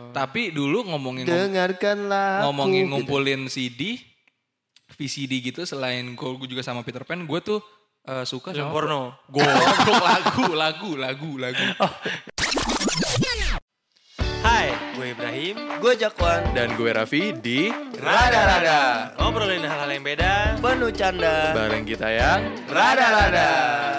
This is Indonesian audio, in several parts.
Tapi dulu dengarkanlah ngomongin ngumpulin CD, VCD gitu, selain gue juga sama Peter Pan, gue tuh suka Film sama porno. Goblok lagu. Hai, gue Ibrahim. Gue Jakwan. Dan gue Raffi di Rada-rada. Ngobrolin hal-hal yang beda. Penuh canda. bareng kita yang Rada-rada.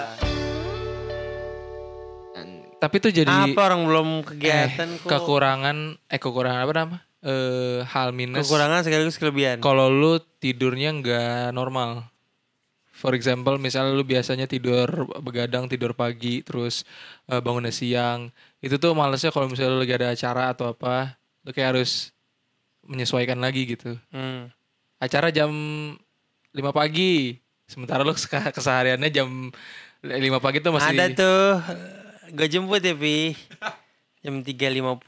tapi tuh jadi Apa orang belum kegiatan kok? kekurangan apa nama? Hal minus. Kekurangan sekaligus kelebihan. Kalau lu tidurnya nggak normal. For example, misalnya lu biasanya tidur begadang, tidur pagi, terus bangunnya siang. Itu tuh malesnya kalau misalnya lu lagi ada acara atau apa, lu kayak harus menyesuaikan lagi gitu. Acara jam 5 pagi, sementara lu kesehariannya jam 5 pagi tuh masih... Ada tuh, gue jemput ya Pi. Jam 3.50.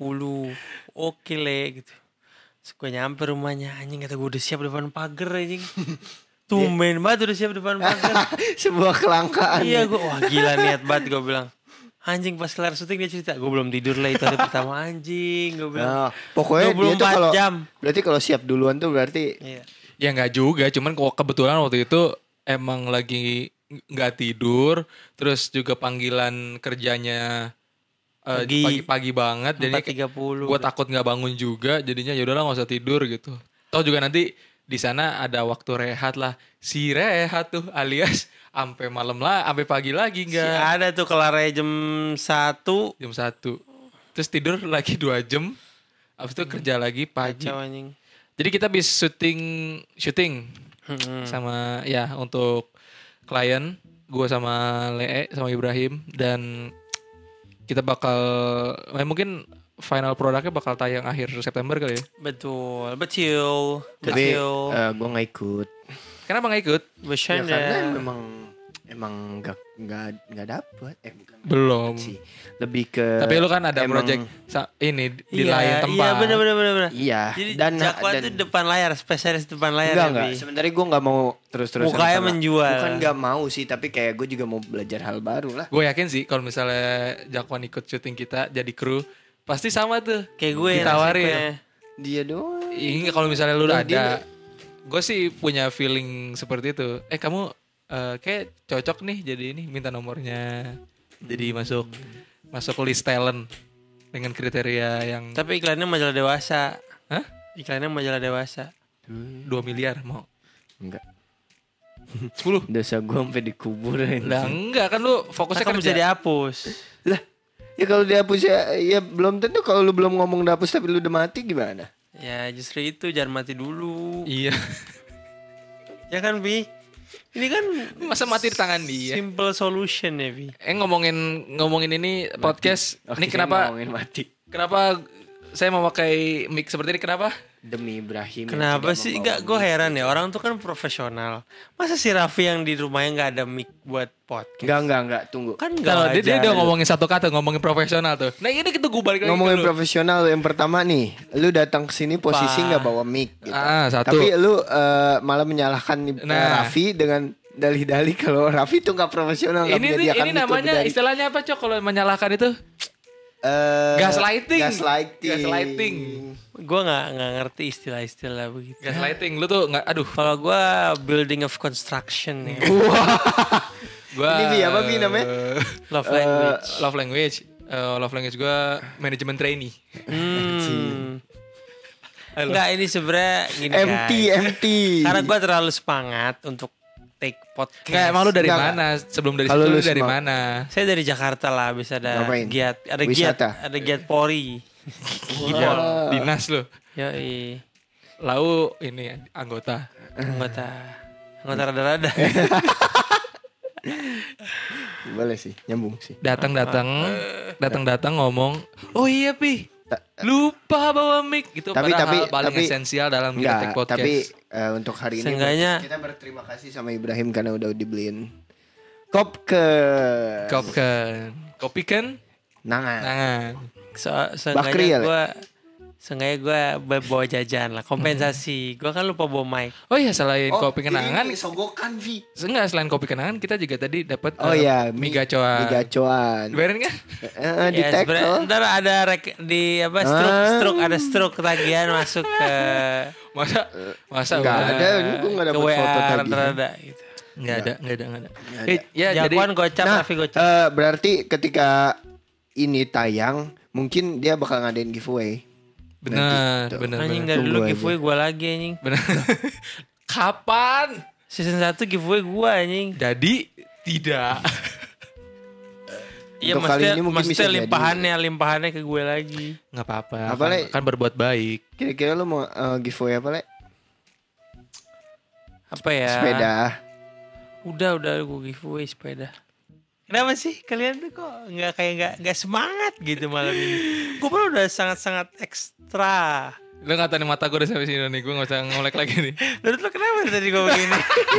Oke le gitu. Terus gue nyampe rumahnya, anjing kata gue udah siap depan pagar anjing. Tumben banget udah siap depan pagar. Sebuah kelangkaan. Iya gue, wah gila niat banget gue bilang. Anjing pas kelar syuting dia cerita, gue belum tidur lah itu hari pertama anjing. Gue bilang, pokoknya dia tuh 24 kalau jam. berarti kalau siap duluan tuh berarti Iya. Ya nggak juga, cuman kebetulan waktu itu emang lagi nggak tidur, terus juga panggilan kerjanya pagi-pagi banget, jadi 4.30. gue takut nggak bangun juga, jadinya yaudahlah nggak usah tidur gitu. Toh juga nanti di sana ada waktu rehat lah, si rehat tuh alias sampai malam lah, sampai pagi lagi Si nggak ada tuh kelarnya jam 1. jam 1, terus tidur lagi 2 jam, habis itu kerja lagi pagi. Kacau anjing. Jadi kita habis syuting sama ya untuk klien, gue sama Lee sama Ibrahim, dan kita bakal mungkin final produknya bakal tayang akhir September kali ya. Betul. tapi gue nggak ikut. Kenapa nggak ikut? Ya, Bercanda. karena emang nggak dapet. Bukan Belum. sih. Lebih ke. Tapi lu kan ada emang- project ini di Iya, lain tempat. Iya bener. Iya. Jadi Dan Jakwa tuh depan layar, spesialis depan layar. enggak. Pi. Sebenarnya gue nggak mau terus-terusan. Mukanya sama- menjual. Bukan nggak mau sih, tapi kayak gue juga mau belajar hal baru lah. Gue yakin sih kalau misalnya Jakwan ikut syuting kita jadi kru, pasti sama tuh. Kayak gue Ditawarin. nasibnya. Dia doang. Ini kalau misalnya lu Lah, ada, dia- gue sih punya feeling seperti itu. Kamu kayak cocok nih jadi ini, minta nomornya, jadi masuk list talent dengan kriteria yang Tapi iklannya majalah dewasa. Hah? Iklannya majalah dewasa. 2 miliar mau. Enggak. 10. Dosa gue sampai dikubur. Lah enggak kan lu fokusnya Kan kerja. bisa dihapus. Lah, ya kalau dihapus ya belum tentu. Kalau lu belum ngomong dihapus tapi lu udah mati gimana? Ya justru itu jangan mati dulu. Iya. Ya kan Bi? Ini kan Masa mati di tangan dia. simple solution ya Bi. Ngomongin ini podcast. Ini kenapa Ngomongin mati. saya memakai mic seperti ini, kenapa? Demi Ibrahim. Kenapa sih? Enggak, gue heran ya. Orang tuh kan profesional. Masa si Raffi yang di rumahnya nggak ada mic buat podcast? Enggak, tunggu. Kan nggak Kalau dia wajar. udah ngomongin satu kata, ngomongin profesional tuh. Nah ini kita gue balik lagi Ngomongin dulu. profesional yang pertama nih, lu datang ke sini posisi nggak bawa mic gitu. Satu. Tapi lu malah menyalahkan Nah. Raffi dengan dalih-dalih kalau Raffi tuh nggak profesional. nggak Ini menyediakan ini mic namanya lebih dari- istilahnya apa Cok kalau menyalahkan itu? Gaslighting. Gue nggak ngerti istilah-istilah begitu. Gaslighting lu tuh nggak, aduh. Kalau gue building of construction ya. Gua Ini Bi, apa Bi namanya? Love language. Love language gue manajemen trainee. Enggak, ini sebenarnya gini MT. Karena gue terlalu semangat untuk take podcast. Kayak emang lu dari Enggak, mana? Sebelum dari Kalau situ lu lu dari semua- mana? Saya dari Jakarta lah, bisa ada Ngapain? Wisata? ada giat Polri. Gila, dinas lu. Yoi, Lau ini anggota. anggota rada-rada. Boleh sih, nyambung sih. Datang ngomong, "Oh iya Pi, lupa bawa mic." Gitu padahal paling esensial dalam kita take podcast. Tapi untuk hari ini Seenggaknya- kita berterima kasih sama Ibrahim karena udah dibeliin kopi Kopi kan? nangan. Nangan. Bakri ya, Seenggaknya gue Seenggaknya gue bawa jajan lah, kompensasi. Gue kan lupa bawa mic. Oh iya, selain kopi kenangan, ini sogokan Vi. enggak, selain kopi kenangan kita juga tadi dapat Oh iya, mie gacoan. Mie gacoan. Bayarin kan? Di Ya, tackle. sebenarnya ntar ada di apa stroke ketagihan masuk ke Masa Enggak udah. ada, ini gue enggak ke dapat foto WA tadi. rada gitu. Enggak ada. ada. Ya jadi Jagoan gocap Nah, tapi gocap. berarti ketika ini tayang, mungkin dia bakal ngadain giveaway. benar, Nanti, benar, Anjing benar. dari dulu Tunggu giveaway gue lagi anjing. Benar. Kapan? Season 1 giveaway gue anjing. Jadi tidak. Iya Untuk kali ini mungkin bisa jadi. limpahannya ke gue lagi. Enggak apa-apa. Apa, Le? Kan berbuat baik. Kira-kira lu mau giveaway apa, Le? Apa ya? Sepeda. Udah gue giveaway sepeda. Kenapa sih kalian tuh kok nggak semangat gitu malam ini? Gue pun udah sangat ekstra. Lu ngatain mata gue udah sampai sini nih. Gue gak usah ngolek lagi nih. Menurut lo kenapa tadi gue begini?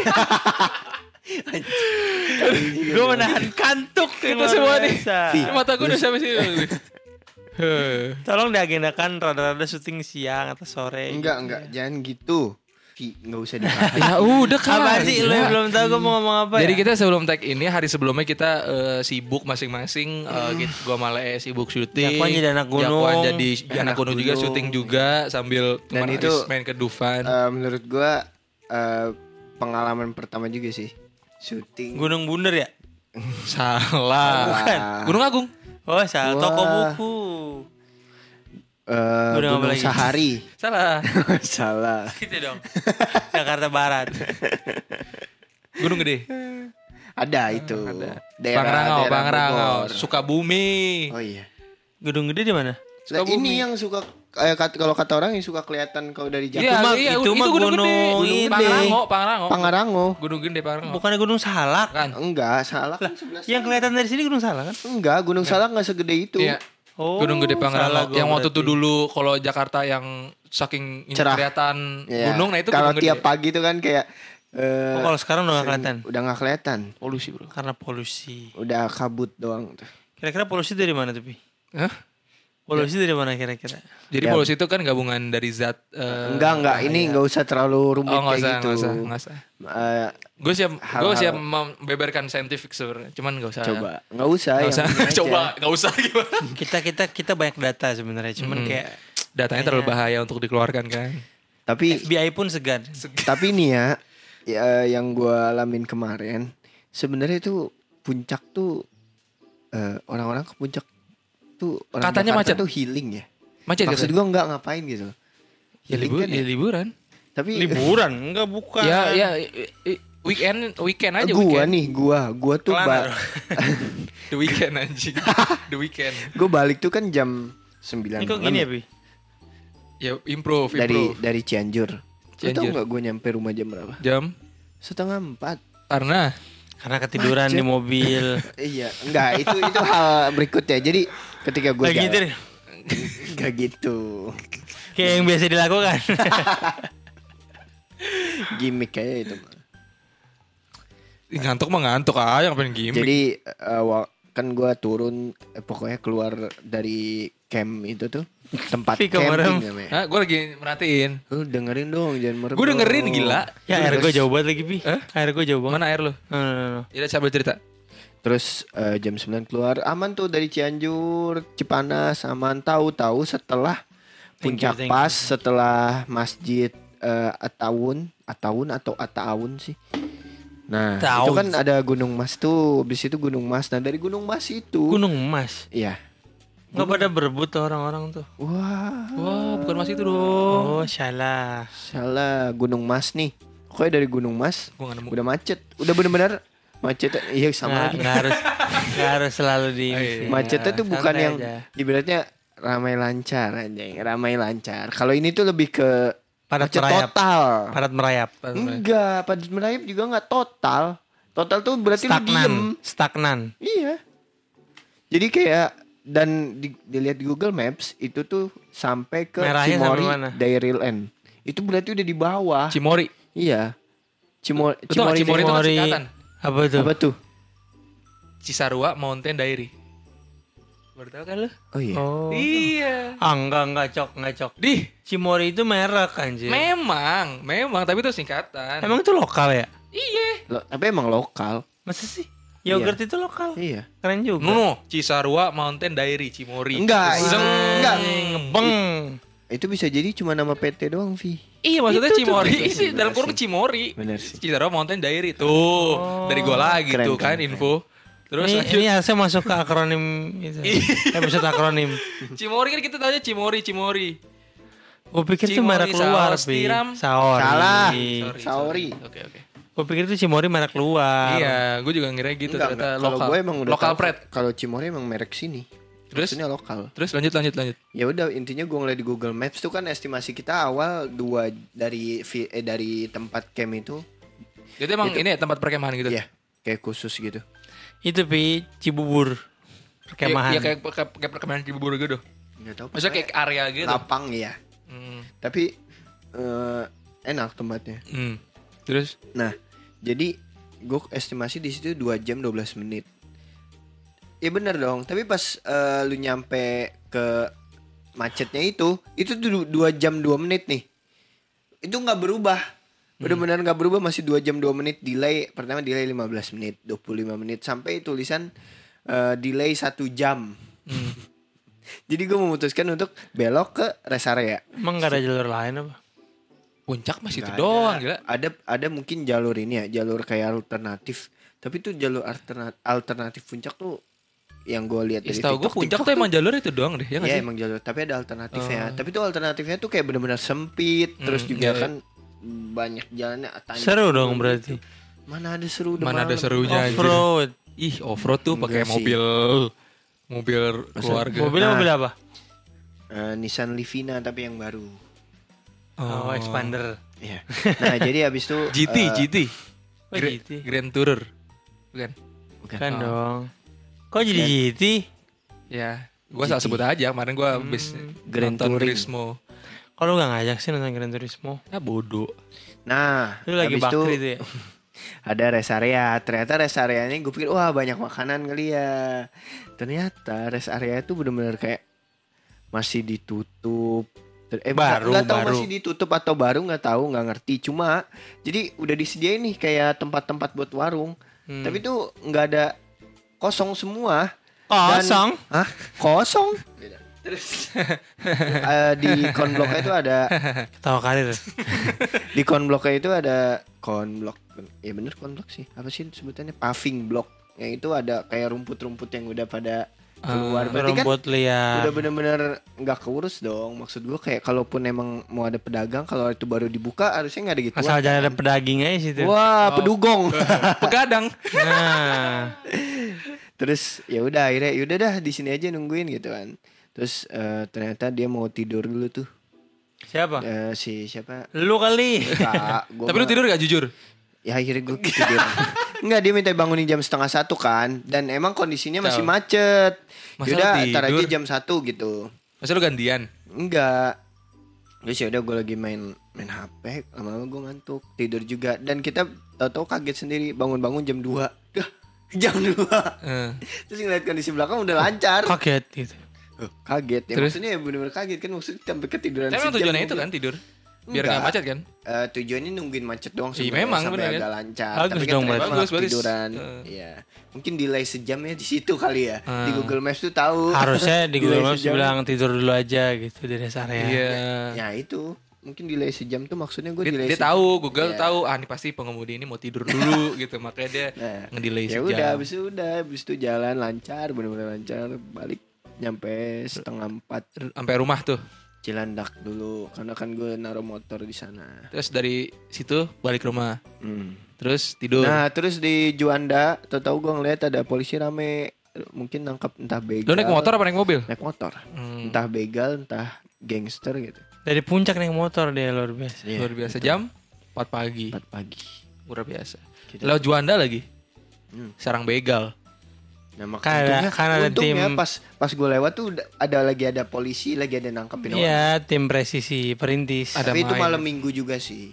Gue menahan kantuk yang Kita luar semua nih. biasa. Mata gue udah sampai sini. Tolong diagendakan rada-rada syuting siang atau sore. Enggak, jangan gitu. Enggak usah dibahas. Ya udah kan. Apa sih lo yang belum tahu gue mau ngomong apa? Jadi ya? kita sebelum tag ini, hari sebelumnya kita sibuk masing-masing. Gue malah sibuk syuting. Jakwan jadi anak gunung. Jakwan jadi anak Anak gunung juga, gunung. syuting juga sambil Dan teman itu, Aris main ke Dufan. Menurut gua pengalaman pertama juga sih. Syuting. Gunung Bunder ya? Salah. Bukan. Gunung Agung. Oh salah, Wah. toko buku. Gunung apa Gunung lagi? Sahari. Salah. Salah. Gitu dong. Jakarta Barat. Gunung Gede. Ada itu. Pangrango, Bogor. Sukabumi. Oh iya. Gedung Gede di mana? Nah, ini yang suka kalau kata orang yang suka kelihatan kalau dari Jakarta. itu mah Gunung gunung Gede. ini. Pangrango. Pangarango. Gunung Gede Pangrango. Bukannya Gunung Salak? Kan. Enggak, salah kan sebelah Yang kelihatan dari sini Gunung Salak kan? Enggak, Gunung Salak enggak segede itu. Iya. Oh, Gunung Gede salah Pangrango. gua Yang waktu itu berarti. dulu kalau Jakarta yang saking ini Cerah. kelihatan Iya. gunung, nah itu kalau Gunung tiap Gede. pagi tuh kan kayak Oh, kalau sekarang udah gak kelihatan udah nggak kelihatan. Polusi bro. karena polusi. Udah kabut doang tuh. Kira-kira polusi dari mana tuh, Pi? Hah? Polusi dari mana kira-kira? Jadi Ya. polusi itu kan gabungan dari zat. Enggak, ini enggak usah terlalu rumit Oh nggak kayak usah, gitu. nggak usah. Eh, Gue siap Hal-hal- membeberkan saintifik sebenarnya. Cuman nggak usah. coba, enggak usah Nggak yang usah. ini aja. Coba nggak usah gimana? Kita banyak data sebenarnya, cuman kayak Datanya terlalu bahaya untuk dikeluarkan kan. Tapi FBI pun segan. tapi nih yang gua alamin kemarin sebenarnya itu puncak tuh orang-orang ke puncak tuh orang Katanya Jakarta macet. tuh healing ya. Macet Maksud gitu. gua enggak ngapain gitu. Ya, Healing kan ya. liburan. Tapi Liburan? Enggak, bukan. Ya weekend aja gua weekend. nih, gua tuh Kelana dong. The weekend anjing. The weekend. gua balik tuh kan jam 9 Ini kok malam gini ya, Pi? Ya improve. dari Cianjur. Lu tau Cianjur. gak gue nyampe rumah jam berapa? Jam 3:30. karena Karena ketiduran di mobil. Iya, enggak itu hal berikutnya. Jadi ketika gue Lagi nyetir. enggak gitu. Kayak yang biasa dilakukan. Gimik kayak itu. ngantuk mah ngantuk aja ngapain gimmick. Jadi kan gue turun pokoknya keluar dari camp itu tuh tempat Vika merem. camping namanya. Hah, gue lagi merhatiin. Lu dengerin dong, jangan merem. Gue dengerin dong. gila. Ya air gue jauh banget lagi, Pi. Hah? Air gue jauh banget. Mana air lu? No. Ya sambil cerita. Terus jam 9 keluar aman tuh dari Cianjur, Cipanas aman. Tahu-tahu setelah puncak Thank you. pas, setelah masjid Ataun atau Ataun sih. Nah itu Taun. kan ada Gunung Mas tuh. Habis itu Gunung Mas. Nah dari Gunung Mas itu Gunung Emas. iya. Nggak pada berebut tuh orang-orang tuh. Wah Wah, bukan mas itu dong. Oh, salah. salah Gunung Mas nih. Pokoknya dari Gunung Mas Gue gak nemu. udah macet. Udah bener-bener macet. Iya sama lagi. Nggak harus selalu di. iya. Macetnya tuh bukan santai yang aja. ibaratnya ramai lancar anjing, ramai lancar. Kalau ini tuh lebih ke Padat macet merayap. total. Padat merayap. Enggak, padat merayap juga enggak total. Total tuh berarti lu diem. Stagnan. Iya. Jadi kayak dan dilihat di Google Maps itu tuh sampai ke Merahnya Cimory sampai mana? Daryl End. Itu berarti udah di bawah. Cimori. Iya. Lu tau gak Cimori itu kan singkatan? Apa tuh? apa tuh? Cisarua Mountain Diary. Baru tahu kan lu? Oh iya. Oh. Iya. Enggak cok. Di Cimory itu merek anjir. memang tapi itu singkatan. Emang itu lokal ya? Iya. Tapi emang lokal. Masa sih? Yogurt itu lokal. Iya. Keren juga. No, Cisarua Mountain Dairy Cimory. Enggak, Zeng. enggak. Ngebeng. Itu bisa jadi cuma nama PT doang, Vi. Iya maksudnya Itu tuh. Cimory Itu sih sih, dalam bener kurung sih. Cimory. Bener sih. Cisarua Mountain Dairy tuh. Dari gua lagi Keren, tuh kan keren, info. Terus Ini, lanjut. ini harusnya masuk ke akronim itu. Episode akronim. Cimory kan kita tahunya Cimory. Gue pikir itu Cimory, merek luar, saus Pi. tiram. Saori. Salah. Sorry. Saori. Oke. Gue pikir itu Cimory merek luar. Iya, gue juga ngira gitu Enggak, ternyata Kalau lokal. gue emang udah lokal tahu, pret. Kalau Cimory emang merek sini. Terus? Maksudnya lokal. Terus lanjut. Ya udah intinya gue ngeliat di Google Maps tuh kan estimasi kita awal 2 dari tempat camp itu. Jadi emang ini ya tempat perkemahan gitu. Iya, kayak khusus gitu. Itu Pi Cibubur. Perkemahan. Iya kayak perkemahan di Bubur gitu. Enggak tahu. Maksudnya kayak area gitu. lapang ya. Hmm. Tapi enak tempatnya. Terus Nah, jadi gue estimasi di situ 2 jam 12 menit. Ya bener dong, tapi pas lu nyampe ke macetnya itu tuh 2 jam 2 menit nih. Itu nggak berubah. Bener-bener nggak berubah, masih 2 jam 2 menit delay. Pertama delay 15 menit, 25 menit sampai tulisan delay 1 jam. Jadi gue memutuskan untuk belok ke rest area. Emang gak ada jalur lain apa? puncak masih itu Nggak doang ada. gila. Ada mungkin jalur ini ya, jalur kayak alternatif. Tapi tuh jalur alternatif puncak tuh yang gue lihat dari Setahu gue TikTok. puncak TikTok tuh emang jalur itu doang deh, ya nggak Iya sih? emang jalur, tapi ada alternatifnya. Tapi tuh alternatifnya tuh kayak benar-benar sempit, terus juga iya. kan banyak jalannya tanjak Seru dong gitu. berarti. Mana ada seru udah Mana ada malam. serunya anjir. Off-road. Ih, off-road tuh pakai Enggak sih. mobil keluarga. Mobilnya Nah. mobil apa? Nissan Livina tapi yang baru. Oh, Expander. Iya. Nah jadi abis itu GT. Oh, GT. Grand Tourer. Bukan. bukan. Kan Oh. dong. Kok jadi GT? Ya, gua salah sebut aja. Kemarin gua habis Grand nonton Touring. Turismo. Kok lu gak ngajak sih nonton Gran Turismo? Ah bodoh. Nah Lu lagi abis itu bakri tuh ya? ada rest area. Ternyata rest areanya gue pikir wah banyak makanan kali ya. Ternyata rest area itu bener-bener kayak masih ditutup. Baru, nggak tahu baru. masih ditutup atau baru, nggak tahu, nggak ngerti. Cuma jadi udah disediain nih kayak tempat-tempat buat warung. Tapi tuh nggak ada, kosong semua. Kosong? Hah? Kosong? Terus di konbloknya itu ada, Ketawa karir. di konbloknya itu ada konblok. Ya bener konblok sih. Apa sih sebutannya? Paving block. Yang itu ada kayak rumput-rumput yang udah pada keluar. Berarti kan Rumput liar. udah bener-bener nggak keurus dong. Maksud gue kayak kalaupun emang mau ada pedagang, kalau itu baru dibuka harusnya nggak ada gitu. Asal jangan ada pedaging aja situ. Wah, pedugong. Pegadang. Nah, Terus ya udah akhirnya yaudah dah di sini aja nungguin gitu kan. Terus ternyata dia mau tidur dulu tuh. siapa? Si siapa? Lu kali. Kak, gua Tapi lu mah- tidur gak jujur? Ya akhirnya gue tidur. Enggak, dia minta bangunin jam 12:30 kan. Dan emang kondisinya masih Tahu. macet. Masa Yaudah lu ntar aja tidur? jam 1 gitu. Masa lu gantian? Enggak. Terus ya udah gue lagi main HP, lama-lama gue ngantuk, tidur juga. Dan kita tahu-tahu kaget sendiri, bangun-bangun jam 2. Dah, jam 2. Eh. Terus ngeliat kondisi belakang udah lancar. Kaget gitu. Kaget ya, Terus? maksudnya ya bener-bener kaget kan, maksudnya sampai ketiduran Tapi emang sejam tujuannya itu mungkin. kan tidur. Biar Enggak. gak macet kan? Tujuannya nungguin macet doang Iya, sebenarnya memang, sampai bener agak kan? lancar. Bagus Tapi kan dong, ternyata bagus, bagus. ketiduran. Iya. Mungkin delay sejamnya di situ kali ya. Di Hmm. Google Maps tuh tahu. Harusnya di Google Delay Maps sejam. bilang tidur dulu aja gitu di rest area. Iya. Ya itu. Mungkin delay sejam tuh maksudnya gue Dia, delay dia sejam. tahu, Google Iya. tahu, ah ini pasti pengemudi ini mau tidur dulu gitu. Makanya dia Nah, ngedelay ya sejam. udah habis itu jalan lancar, bener-bener lancar, balik nyampe 3:30 Sampai rumah tuh. Cilandak dulu karena kan gue naruh motor di sana. Terus dari situ balik rumah. Hmm. Terus tidur. Nah terus di Juanda, tahu gue ngeliat ada polisi rame, mungkin nangkap entah begal. Lu naik motor apa naik mobil? Naik motor, Hmm, entah begal, entah gangster gitu. Dari puncak naik motor dia luar biasa. Iya, luar biasa. Jam 4 pagi. 4 pagi. Luar biasa. Kita- Lewat Juanda lagi. Hmm. Sarang begal. Nah, Kan ada untungnya tim- pas gue lewat tuh ada polisi lagi ada nangkepin orang. Iya, tim presisi perintis. Ada Tapi itu main. malam minggu juga sih.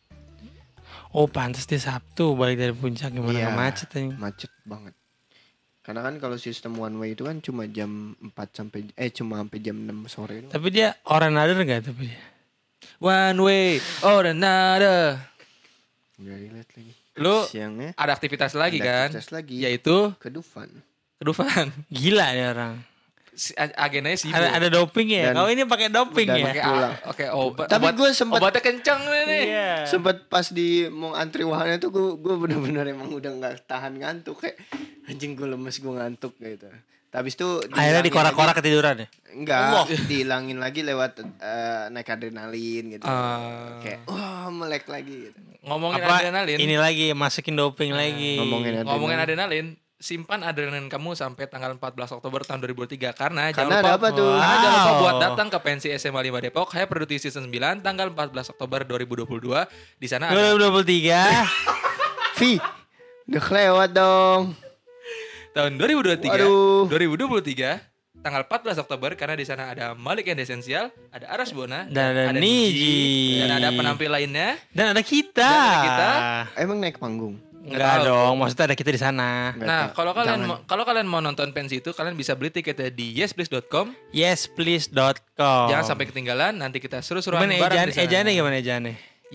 Oh, pantas di Sabtu balik dari puncak gimana Iya, nggak macet anjing. macet banget. Karena kan kalau sistem one way itu kan cuma jam 4 sampai jam 6 sore doang. Tapi dia or another enggak tapi dia? One way or another. Gak relate lagi. Lu Siangnya ada aktivitas lagi ada kan? aktivitas lagi. Yaitu ke Dufan. kedufan. Gila nih orang. Agendanya sibuk. Ada doping ya? Dan- Kau ini pakai doping dan ya? Pakai pulang. oke obat. Tapi obat- gue sempat obatnya kenceng nih. Iya. Sempet pas di mau antri wahana tuh gue bener-bener emang udah nggak tahan ngantuk, kayak anjing gue lemes, gue ngantuk gitu. Habis itu Akhirnya dihilangin dikorak-korak lagi. ketiduran ya? Enggak, Allah. dihilangin lagi lewat naik adrenalin gitu. Ah. Kayak melek lagi gitu. Ngomongin Apa adrenalin. ini lagi masukin doping lagi. Ngomongin adrenalin, simpan adrenalin kamu sampai tanggal 14 Oktober tahun 2003 karena Karena jangan ada lupa apa tuh? Wah. karena jangan lupa Wow. buat datang ke pensi SMA 5 Depok High Produksi Season 9 tanggal 14 Oktober 2022 di sana ada 2023. Vi, udah kelewat dong. tahun 2023 Waduh. 2023 tanggal 14 Oktober karena di sana ada Malik and Essential, ada Aras Bona, Dan ada Niji. dan ada penampil lainnya. Dan ada kita. Dan ada kita. Emang naik panggung? Enggak tahu. dong, maksudnya ada kita di sana. Nggak Nah, tahu. kalau kalian Jangan. kalau kalian mau nonton pensi itu, kalian bisa beli tiketnya di yesplease.com. Yesplease.com. Jangan sampai ketinggalan. Nanti kita seru-seruan Gimana bareng di sana. ejaannya gimana ejaannya?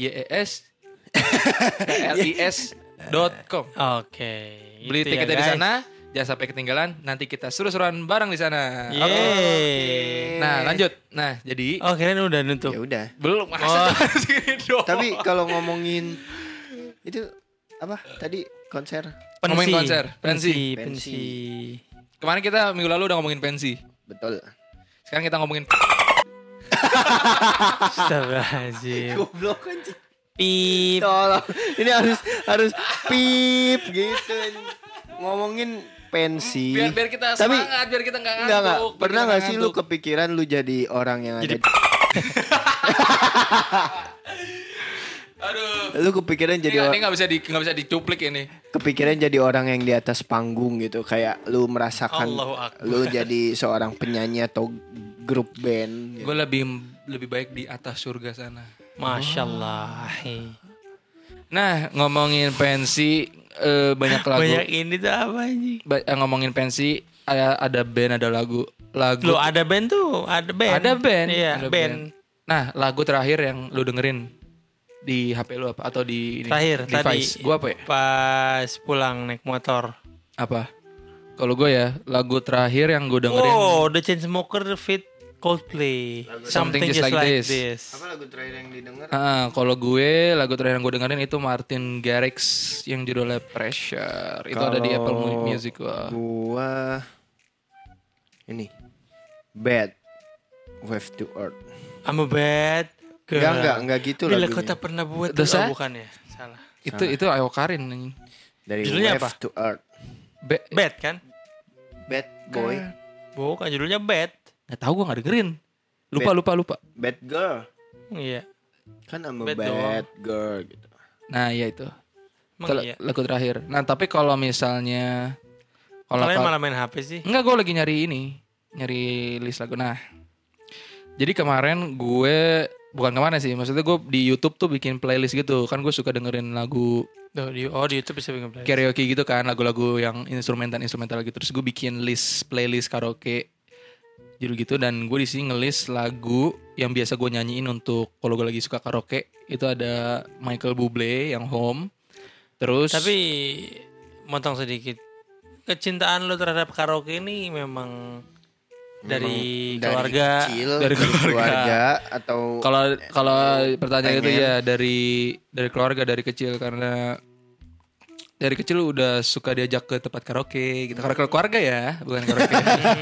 YES.com. Oke. Beli itu ya, tiketnya di guys. sana. Jangan sampai ketinggalan. Nanti kita seru-seruan bareng di sana. Yeay. Oke. Nah, lanjut. Nah, jadi Oh, kirain udah nutup. Ya udah. belum masa Oh. harus gini doang. Tapi kalau ngomongin itu apa tadi konser? Ngomongin konser, pensi. Pensi. Kemarin kita minggu lalu udah ngomongin pensi. Betul. Sekarang kita ngomongin Astagfirullahaladzim. Goblok anjing. Pip. Tolong. Ini harus pip gitu. Ngomongin pensi. biar kita Tapi- semangat, biar kita nggak Enggak. ngantuk. biar Pernah kita nggak sih lu ngantuk. kepikiran lu jadi orang yang ada? Aduh. Lu kepikiran jadi Ini nggak bisa dicuplik ini. kepikiran jadi orang yang di atas panggung gitu, kayak lu merasakan Allahu Akbar. lu jadi seorang penyanyi atau grup band gitu. Gue lebih baik di atas surga sana. Masya Allah. Nah, ngomongin pensi banyak lagu. Banyak ini tuh apa anjing? Ngomongin pensi ada band, ada lagu. Lo ada band tuh, ada band. Ada band. Iya, Ada band. Nah, lagu terakhir yang lu dengerin di HP lu apa atau di ini, Terakhir device? tadi. Gua apa ya? Pas pulang naik motor. Apa? Kalau gue ya, lagu terakhir yang gue dengerin Oh, The Chainsmokers feat Coldplay. Something Just Like This. Apa lagu terakhir yang didengar? Kalau gue lagu terakhir yang gue dengerin itu Martin Garrix yang judulnya Pressure. Itu ada di Apple Kalau Music Gua ini Bad Wave to Earth. I'm a bad girl. Enggak gitu Bila lagunya. kau tak pernah buat Terus, itu. ah? Oh, bukan ya? Salah. Itu Ayo Karin anjing. Dari Judulnya Wave apa? to Earth. Bad kan? Bad Boy, Bukan, judulnya Bad. Nggak tahu gue nggak dengerin. Lupa. Bad Girl. Iya. Kan I'm a Bad bad girl gitu. Nah, iya itu. Emang Itu iya. lagu terakhir. Nah, tapi kalau misalnya Kalian kal- malah main HP sih. Enggak, gue lagi nyari list lagu. Nah, jadi kemarin gue bukan kemana sih, maksudnya gue di YouTube tuh bikin playlist gitu. Kan gue suka dengerin lagu Tuh, di YouTube bisa bikin playlist. karaoke gitu kan, lagu-lagu yang instrumental gitu. Terus gue bikin playlist karaoke judul gitu, dan gue di sini ngelis lagu yang biasa gue nyanyiin untuk kalau gue lagi suka karaoke. Itu ada Michael Bublé yang Home. Terus Tapi motong sedikit. Kecintaan lo terhadap karaoke ini memang dari keluarga. kecil, Dari keluarga. atau kalau pertanyaan itu pengen. ya dari keluarga, dari kecil, karena dari kecil udah suka diajak ke tempat karaoke gitu. Karena keluarga ya, bukan karaoke.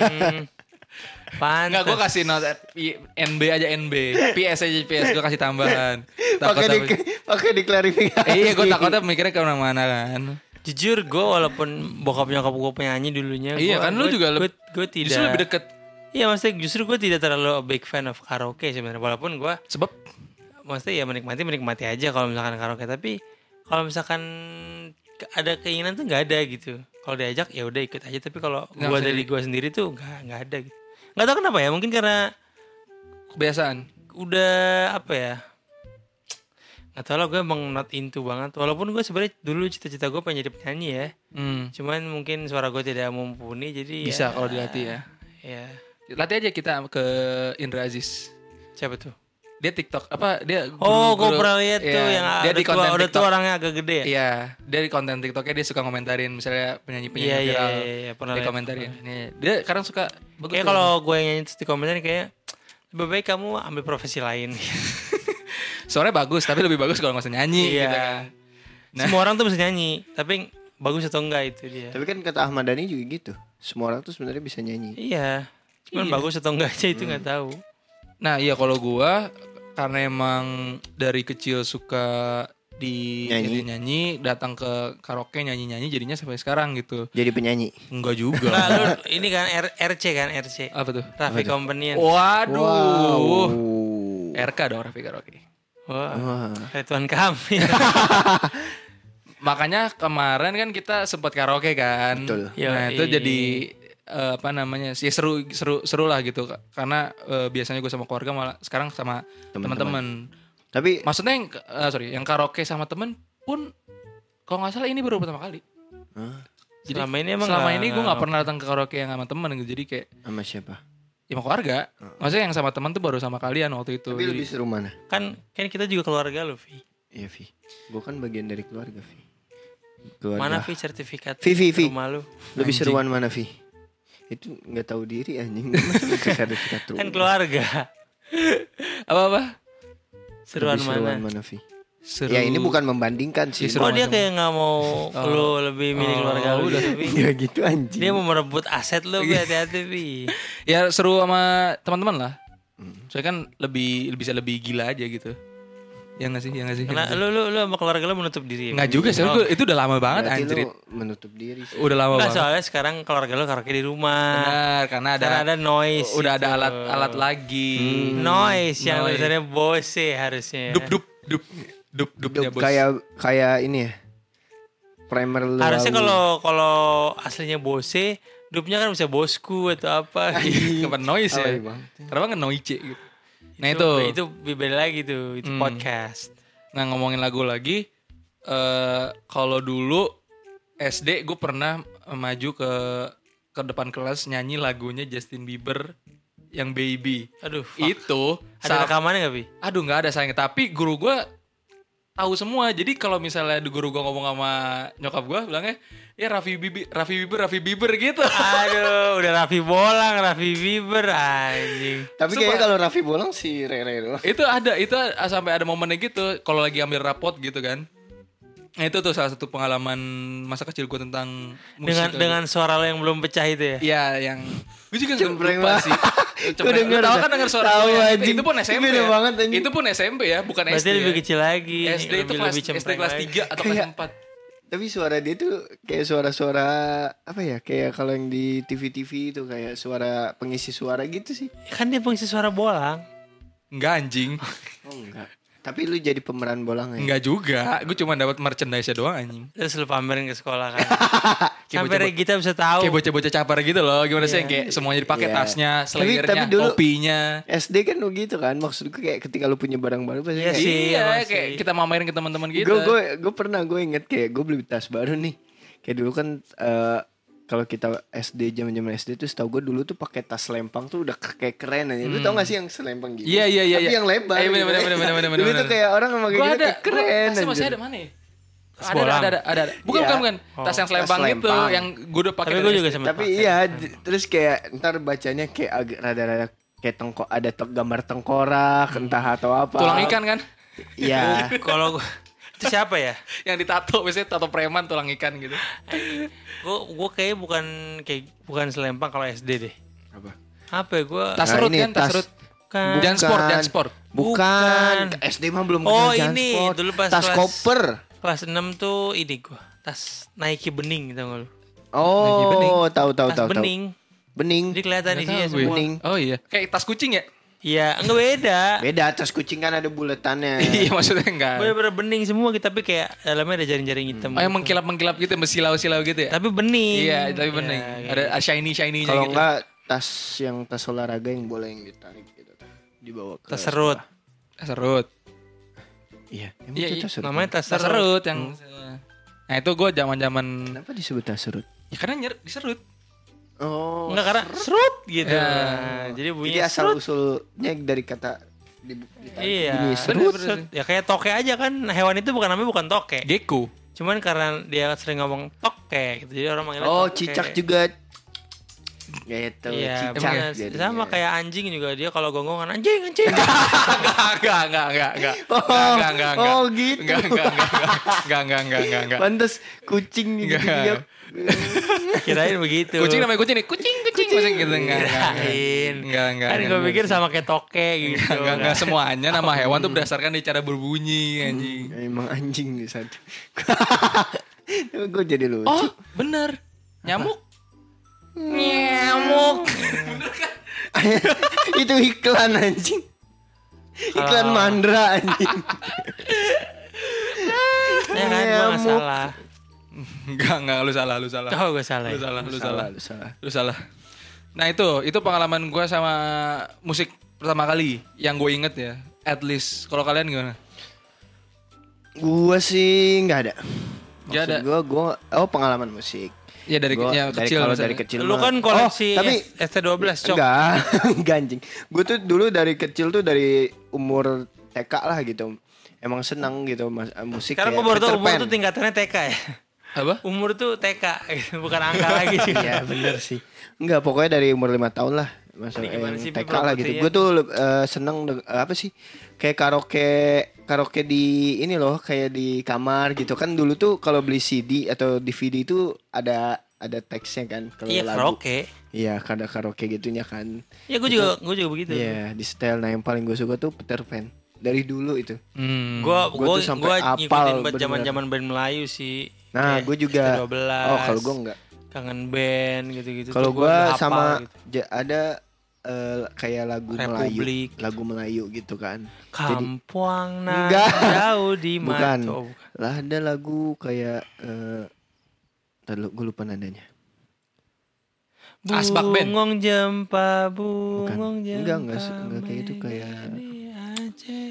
Pantes. Enggak, gue kasih not NB aja NB. PS aja PS, gue kasih tambahan. pakai diklarifikasi. Iya, gue takutnya mikirnya kemana-mana kan. Jujur gue walaupun bokap nyokap gue penyanyi dulunya. Iya kan, lu juga gue tidak. Justru lebih deket. Iya maksudnya justru gue tidak terlalu big fan of karaoke sebenarnya. Walaupun gue Sebab maksudnya ya menikmati aja kalau misalkan karaoke. Tapi kalau misalkan ada keinginan tuh nggak ada gitu. Kalau diajak ya udah ikut aja. Tapi kalau Nggak gue bisa dari gue sendiri tuh nggak ada gitu. Nggak tahu kenapa ya. Mungkin karena kebiasaan. udah apa ya, nggak tahu lah, gue emang not into banget. Walaupun gue sebenarnya dulu cita-cita gue pengen jadi penyanyi ya. Cuman mungkin suara gue tidak mumpuni, jadi Bisa kalau dilatih ya. Ya. Latih aja kita ke Indra Aziz. Siapa tuh? Dia TikTok apa dia Oh, gue guru-guru- pernah lihat Iya, tuh yang dia di konten udah TikTok. tua orangnya agak gede ya. Iya, dia di konten TikToknya dia suka komentarin misalnya penyanyi-penyanyi Iya, viral. iya, pernah Dia lihat, komentarin. Nih, dia kadang suka bagus Kayak tuh. kalau gue yang nyanyi terus di komentar kayak lebih baik kamu ambil profesi lain. Suaranya bagus, tapi lebih bagus kalau nggak usah nyanyi Iya. gitu kan. Nah. Semua orang tuh bisa nyanyi, tapi bagus atau enggak itu dia. Tapi kan kata Ahmad Dhani juga gitu. Semua orang tuh sebenarnya bisa nyanyi. Iya. Cuman Iya. bagus atau enggak aja itu nggak tahu. Nah, iya kalau gua karena emang dari kecil suka di nyanyi, datang ke karaoke nyanyi-nyanyi jadinya sampai sekarang gitu. Jadi penyanyi. Enggak juga. Nah, lu ini kan RC kan RC. Apa tuh? Raffi Companion. Waduh. Wow. RK dong Raffi Karaoke. Wah. Tuan kami. Makanya kemarin kan kita sempat karaoke kan. Betul. Nah, itu Yoi. jadi apa namanya? Sih seru lah gitu karena biasanya gue sama keluarga malah sekarang sama teman-teman. Tapi Maksudnya yang karaoke sama temen pun kalau nggak salah ini baru pertama kali. Jadi Selama ini emang selama nggak- ini gue nggak- nggak pernah datang ke karaoke yang sama temen gitu. Jadi kayak sama siapa? ya sama keluarga. Maksudnya yang sama teman tuh baru sama kalian waktu itu. Tapi Jadi- lebih seru mana? kan kita juga keluarga lo, Vi. Iya, Vi. Gue kan bagian dari keluarga, Vi. Mana Keluarga. Vi sertifikat Vi. rumah lu? Lebih Anjing. seruan mana, Vi? Itu nggak tahu diri anjing. Sertifikat rumah. Kan keluarga. apa? Seruan Lebih seruan mana? mana, Vi? Seru. Ya ini bukan membandingkan sih. Ya, seru Oh dia macam- kayak nggak mau lu lebih milih keluarga lu udah. gitu, Vi. Ya gitu anjing. Dia mau merebut aset lu, Vi. Hati-hati, Vi. Ya seru sama teman-teman lah. Soalnya kan bisa lebih gila aja gitu. Ya nggak sih? Karena lu sama keluarga lu menutup diri. Nggak juga sih, itu udah lama banget Berarti anjir. lu menutup diri sih. Udah lama Enggak, banget. soalnya sekarang keluarga lu karaoke di rumah. Benar, karena Karena ada noise. udah ada itu. alat lagi. Noise yang Noise. tulisannya Bose harusnya. Dupnya bos. Kayak ini ya. Primer lu. Harusnya kalau aslinya Bose, dupnya kan bisa bosku atau apa. Kenapa noise ya? Oh, iya, Bang. Kenapa nggak noise gitu? Nah itu. Itu beda lagi tuh, itu podcast. Nah ngomongin lagu lagi, kalau dulu SD gue pernah maju ke depan kelas nyanyi lagunya Justin Bieber yang Baby. Aduh, fuck. Itu Ada rekamannya gak, Bi? aduh nggak ada sayangnya. Tapi guru gue tahu semua. Jadi kalau misalnya guru gue ngomong sama nyokap gue bilangnya ya Raffi Bieber gitu. Aduh, udah Raffi Bieber anjing. Tapi kayaknya kalau Raffi Bolang si Rere doang. itu sampai ada momennya gitu kalau lagi ambil rapot gitu kan. Nah, itu tuh salah satu pengalaman masa kecil gue tentang musik. Dengan suara lo yang belum pecah itu ya. Iya yang gue juga Cempreng lupa banget. sih. Cempreng. denger Lu tahu dah. kan denger suara Tahu, gue ya. anjing. Itu pun SMP Beda ya. banget, anjing. Itu pun SMP ya, bukan Berarti SD. lebih ya. kecil lagi. SD itu SD kelas 3 atau kelas 4. Tapi suara dia tuh kayak suara-suara apa ya? Kayak kalau yang di TV-TV itu kayak suara pengisi suara gitu sih. Kan dia pengisi suara bolang. Enggak anjing. Oh enggak. Tapi lu jadi pemeran bolang ya? Enggak juga. Gue cuma dapat merchandise doang anjing. Terus lu pamerin ke sekolah kan. Kayak Sampai kita bisa tahu. Kayak bocah-bocah capar gitu loh. Gimana sih yang kayak semuanya dipakai Iya. tasnya, Tapi selayernya, dulu- topinya. SD kan begitu kan, maksud gue kayak ketika lu punya barang baru pasti Iya kayak, sih. Iya, emang kayak sih. kita mamerin ke teman-teman kita. gue inget kayak gue beli tas baru nih. Kayak dulu kan kalau kita SD zaman SD tuh setahu gue dulu tuh pakai tas lempang tuh udah kayak keren aja. Lu tau gak sih yang selempang gitu? Iya. Tapi iya. yang lebar. Iya, gitu. bener. Dulu tuh kayak orang pakai Gua gitu ada, kayak keren tasnya masih anjir. ada mana ya? Tas bolang. Ada. Bukan. Oh, Tas yang tas selempang gitu lempang. yang gue udah pakai. Tapi dari gue juga SD. sempat Tapi pakai. iya, terus kayak ntar bacanya kayak agak rada-rada kayak ada gambar tengkorak entah atau apa. tulang ikan kan? Iya. Kalau gua itu siapa ya? Yang ditato biasanya tato preman tulang ikan gitu. Gue kayak bukan selempang kalau SD deh. Apa? Apa ya gue? Tas Nah, serut ini kan, tas tas- serut. Bukan. Dan sport. Bukan. Bukan. SD mah belum Oh, kenal ini, Jansport. dulu pas tas kelas- koper. Kelas 6 tuh ini gue. Tas Nike bening tau gak lu? Oh, bening. tahu. Tas bening. Bening. Jadi kelihatan Nggak isinya tahu gue. semua. Bening. Oh iya, kayak tas kucing ya? Iya, enggak beda. Beda, tas kucing kan ada buletannya. Iya, maksudnya enggak. Bener-bener bening semua gitu, tapi kayak dalamnya ada jaring-jaring hitam. Oh, yang mengkilap-mengkilap gitu, mesilau-silau gitu ya? Tapi bening. Iya, tapi bening. Iya, Ada shiny-nya Kalau gitu. enggak tas yang tas olahraga yang bola yang ditarik gitu. Dibawa ke Tas serut. Tas serut. Iya, emang Iya, itu iya. tas serut. Namanya tas Tas serut. serut yang Nah itu gue zaman-zaman Kenapa disebut Nasrut? ya karena diserut. Oh. Enggak karena serut gitu. Ya. Nah, jadi Jadi bunyinya asal serut. usulnya dari kata Iya. bunyi Bener, serut. Serut. Ya kayak toke aja kan. Hewan itu namanya bukan toke. Gecko. Cuman karena dia sering ngomong toke gitu. Jadi orang manggilnya Oh, toke. cicak juga. Gitu, Iya, cicak. bener. jadinya. Sama kayak anjing juga dia kalau gonggongan anjing. Enggak. Oh, gitu. Enggak. Pantes kucing gitu dia. Kirain begitu. Kucing namanya kucing nih. Kucing masih gitu Kirain. Enggak. Kan gue pikir sama kayak toke gitu. Enggak semuanya nama hewan tuh berdasarkan dari cara berbunyi anjing. Emang anjing nih satu. Gue jadi lucu. Oh, bener. Nyamuk. Nyamuk. Itu iklan anjing. Iklan Mandra anjing. Ya kan gue gak Nyamuk. salah. Enggak, lu salah. Oh gue salah Lu ya? salah. Lu salah. Nah itu pengalaman gue sama musik pertama kali yang gue inget ya. At least. Kalau kalian gimana? Gua sih nggak ada. Nggak ada. Gua pengalaman musik. Ya dari kecil. Kalau misalnya. dari kecil Lu mah- kan koleksi tapi ST12 cok. enggak anjing. Gue tuh dulu dari kecil tuh dari umur TK lah gitu. Emang senang gitu musik. Sekarang gue kayak baru tau Peter umur Pan. tuh tingkatannya TK ya. Apa? Umur tuh TK gitu, bukan angka lagi sih. Iya bener sih. Enggak, pokoknya dari umur 5 tahun lah. Masa Ini gimana yang sih, TK Pi, lah gitu. proporsinya? Gue tuh seneng apa sih? Kayak karaoke di ini loh, kayak di kamar gitu kan. Dulu tuh kalau beli CD atau DVD itu ada teksnya kan kalau Iya lagu. karaoke. Iya, ada karaoke gitunya kan. Ya gue juga begitu. Iya, di setel. Nah, yang paling gue suka tuh Peter Pan. Dari dulu itu. Hmm. Gua tuh sampai apal, ngikutin buat bener. zaman-zaman band Melayu sih. Nah, Kayak gue juga. ST12, Oh, kalau gue enggak. Kangen band gitu-gitu. Kalau tuh gue gua hafal sama gitu. ada kayak lagu Republik. Melayu, lagu Melayu gitu kan. Kampuang nan Enggak. jauh di Bukan. mata. Oh, bukan. Lah ada lagu kayak gue lupa nadanya. Asbak Band. Bungong jempa, bungong Bukan. jempa. Enggak kayak gitu, kayak di Aceh.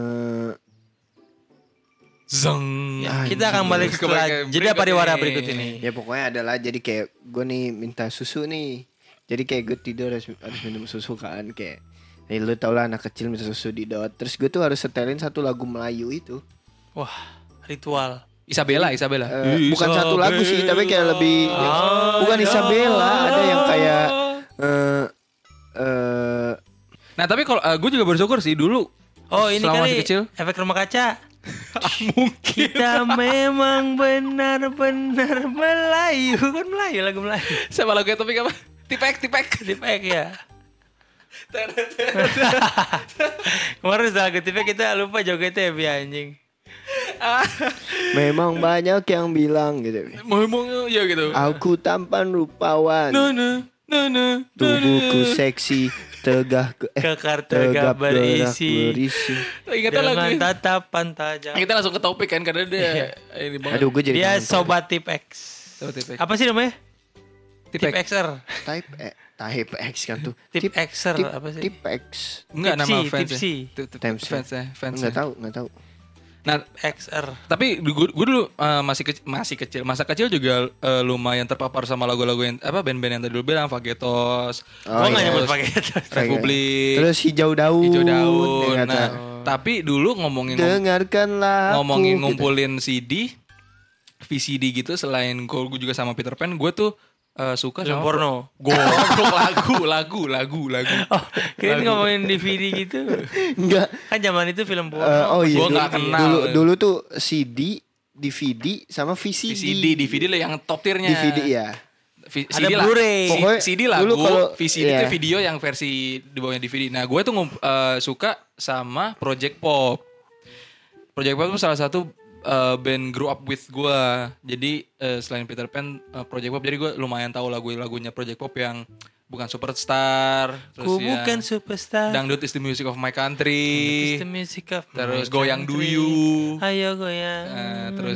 Zeng. Ya, kita akan balik setelah jeda pariwara berikut ini. Ya pokoknya adalah jadi kayak gue nih minta susu nih. Jadi kayak gue tidur harus minum susu kan kayak. Lu tau lah anak kecil minta susu di dot. Terus gue tuh harus setelin satu lagu Melayu itu. Wah, ritual. Isabella. Bukan satu lagu sih, tapi kayak lebih bukan Isabella, ada yang kayak Nah tapi kalau gue juga bersyukur sih dulu. Oh, ini selama kali masih kecil. efek rumah kaca. Mungkin. Kita memang benar-benar Melayu. Kan Melayu, lagu Melayu. Sama lagu topik apa? Tipek. Tipek ya. Kemarin setelah lagu tipek kita lupa jogetnya ya anjing. memang banyak yang bilang gitu. Ngomong ya gitu. Aku tampan rupawan, Nah. tubuhku seksi, tegak Kekar gerak tegap berisi. Ingatnya lagu Dengan itu. tatapan tajam. Kita langsung ke topik kan karena dia ini banget. Aduh, gue jadi Dia kangen sobat tip X. Sobat Tipek. Apa sih namanya? Tip Tipek. Xer. Type X kan tuh. Tip Xer apa sih? Tip X. Enggak nama Tipsy, fans. Tipsy. Fans. Enggak tahu. Nah, XR. tapi gue dulu masih kecil. Masa kecil juga lumayan terpapar sama lagu-lagu yang apa band-band yang tadi lu bilang Fagetos, Gua enggak iya. nyebut pakai itu. Republik, Terus hijau daun. Hijau Daun. ya kata. Nah, tapi dulu ngomongin Dengarkanlah aku, gitu. ngumpulin CD, VCD gitu selain gue juga sama Peter Pan, gue tuh suka Film sama porno. Goblok lagu. Oh, kirain ngomongin DVD gitu. Enggak. Kan zaman itu film porno. Oh iya. Gua nggak kenal. Dulu tuh CD, DVD sama VCD. VCD, DVD lah yang top tiernya. DVD ya. Ada Blu-ray. Pokoknya CD lagu, dulu kalau- VCD iya. itu video yang versi di bawahnya DVD. Nah, gue tuh suka sama Project Pop. Project Pop itu salah satu band Grow Up With gue. Jadi selain Peter Pan, Project Pop. Jadi gue lumayan tahu lagunya Project Pop yang bukan Superstar. Terus Ku ya, bukan superstar. Dangdut is the music of my country. It's the music of Terus my Goyang country. Duyu. Ayo goyang. Terus,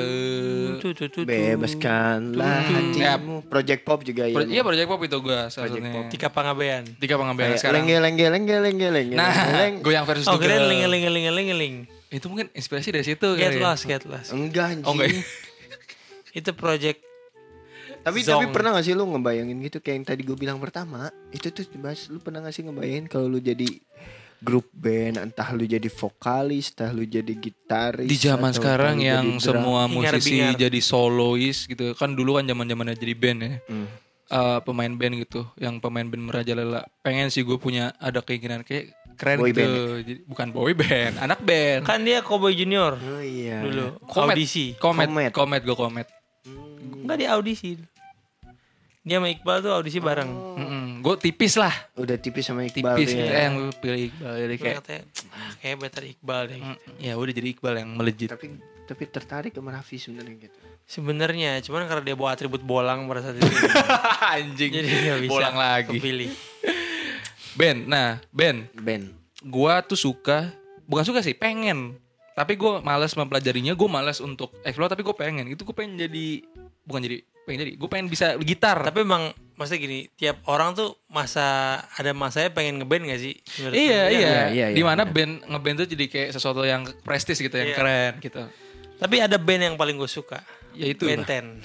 Bebaskanlah hatimu. Project Pop juga ya. Iya Project Pop itu gue salah Project satunya. Pop. Tika Pangabean. Tiga pengambilan sekarang. Lengge. Nah, goyang versus Oh, Dugel. keren ling. Itu mungkin inspirasi dari situ Get kali ya. lost. Enggak anjing. Oh enggak ya? Itu project Tapi Zong. pernah gak sih lu ngebayangin gitu kayak yang tadi gue bilang pertama, itu tuh dibahas, lu pernah gak sih ngebayangin kalau lu jadi grup band, entah lu jadi vokalis, entah lu jadi gitaris. Di zaman atau sekarang entah lu yang jadi drum. semua musisi Hingar-bingar. jadi solois gitu. Kan dulu kan zamannya jadi band ya. Pemain band gitu, yang pemain band merajalela. Pengen sih gue punya ada keinginan kayak keren Boy gitu. band Jadi, bukan boy band, anak band. kan dia Cowboy Junior Oh iya. dulu Komet. audisi. Komet, gue komet. Enggak dia audisi. Dia sama Iqbal tuh audisi bareng. Gue tipis lah, Udah tipis sama Iqbal tipis ya. yang gue pilih Iqbal. Jadi Gue kayak katanya, kayak better Iqbal deh. ya udah jadi Iqbal yang melejit. Tapi tertarik sama Raffi sebenarnya gitu. Sebenarnya, cuman karena dia bawa atribut bolang pada saat itu, Anjing, jadi nggak bisa bolang lagi. kepilih. Ben, Band. gua tuh bukan suka sih, pengen. Tapi gue malas mempelajarinya, gue malas untuk explore, tapi gue pengen. Itu gue pengen jadi, gue pengen bisa gitar. Tapi emang maksudnya gini, tiap orang tuh ada masanya pengen ngeband gak sih? Menurut Iya, lu? iya. Dimana ngeband tuh jadi kayak sesuatu yang prestis gitu, yang Iya. keren gitu. Tapi ada band yang paling gue suka. Ya itu. Benten.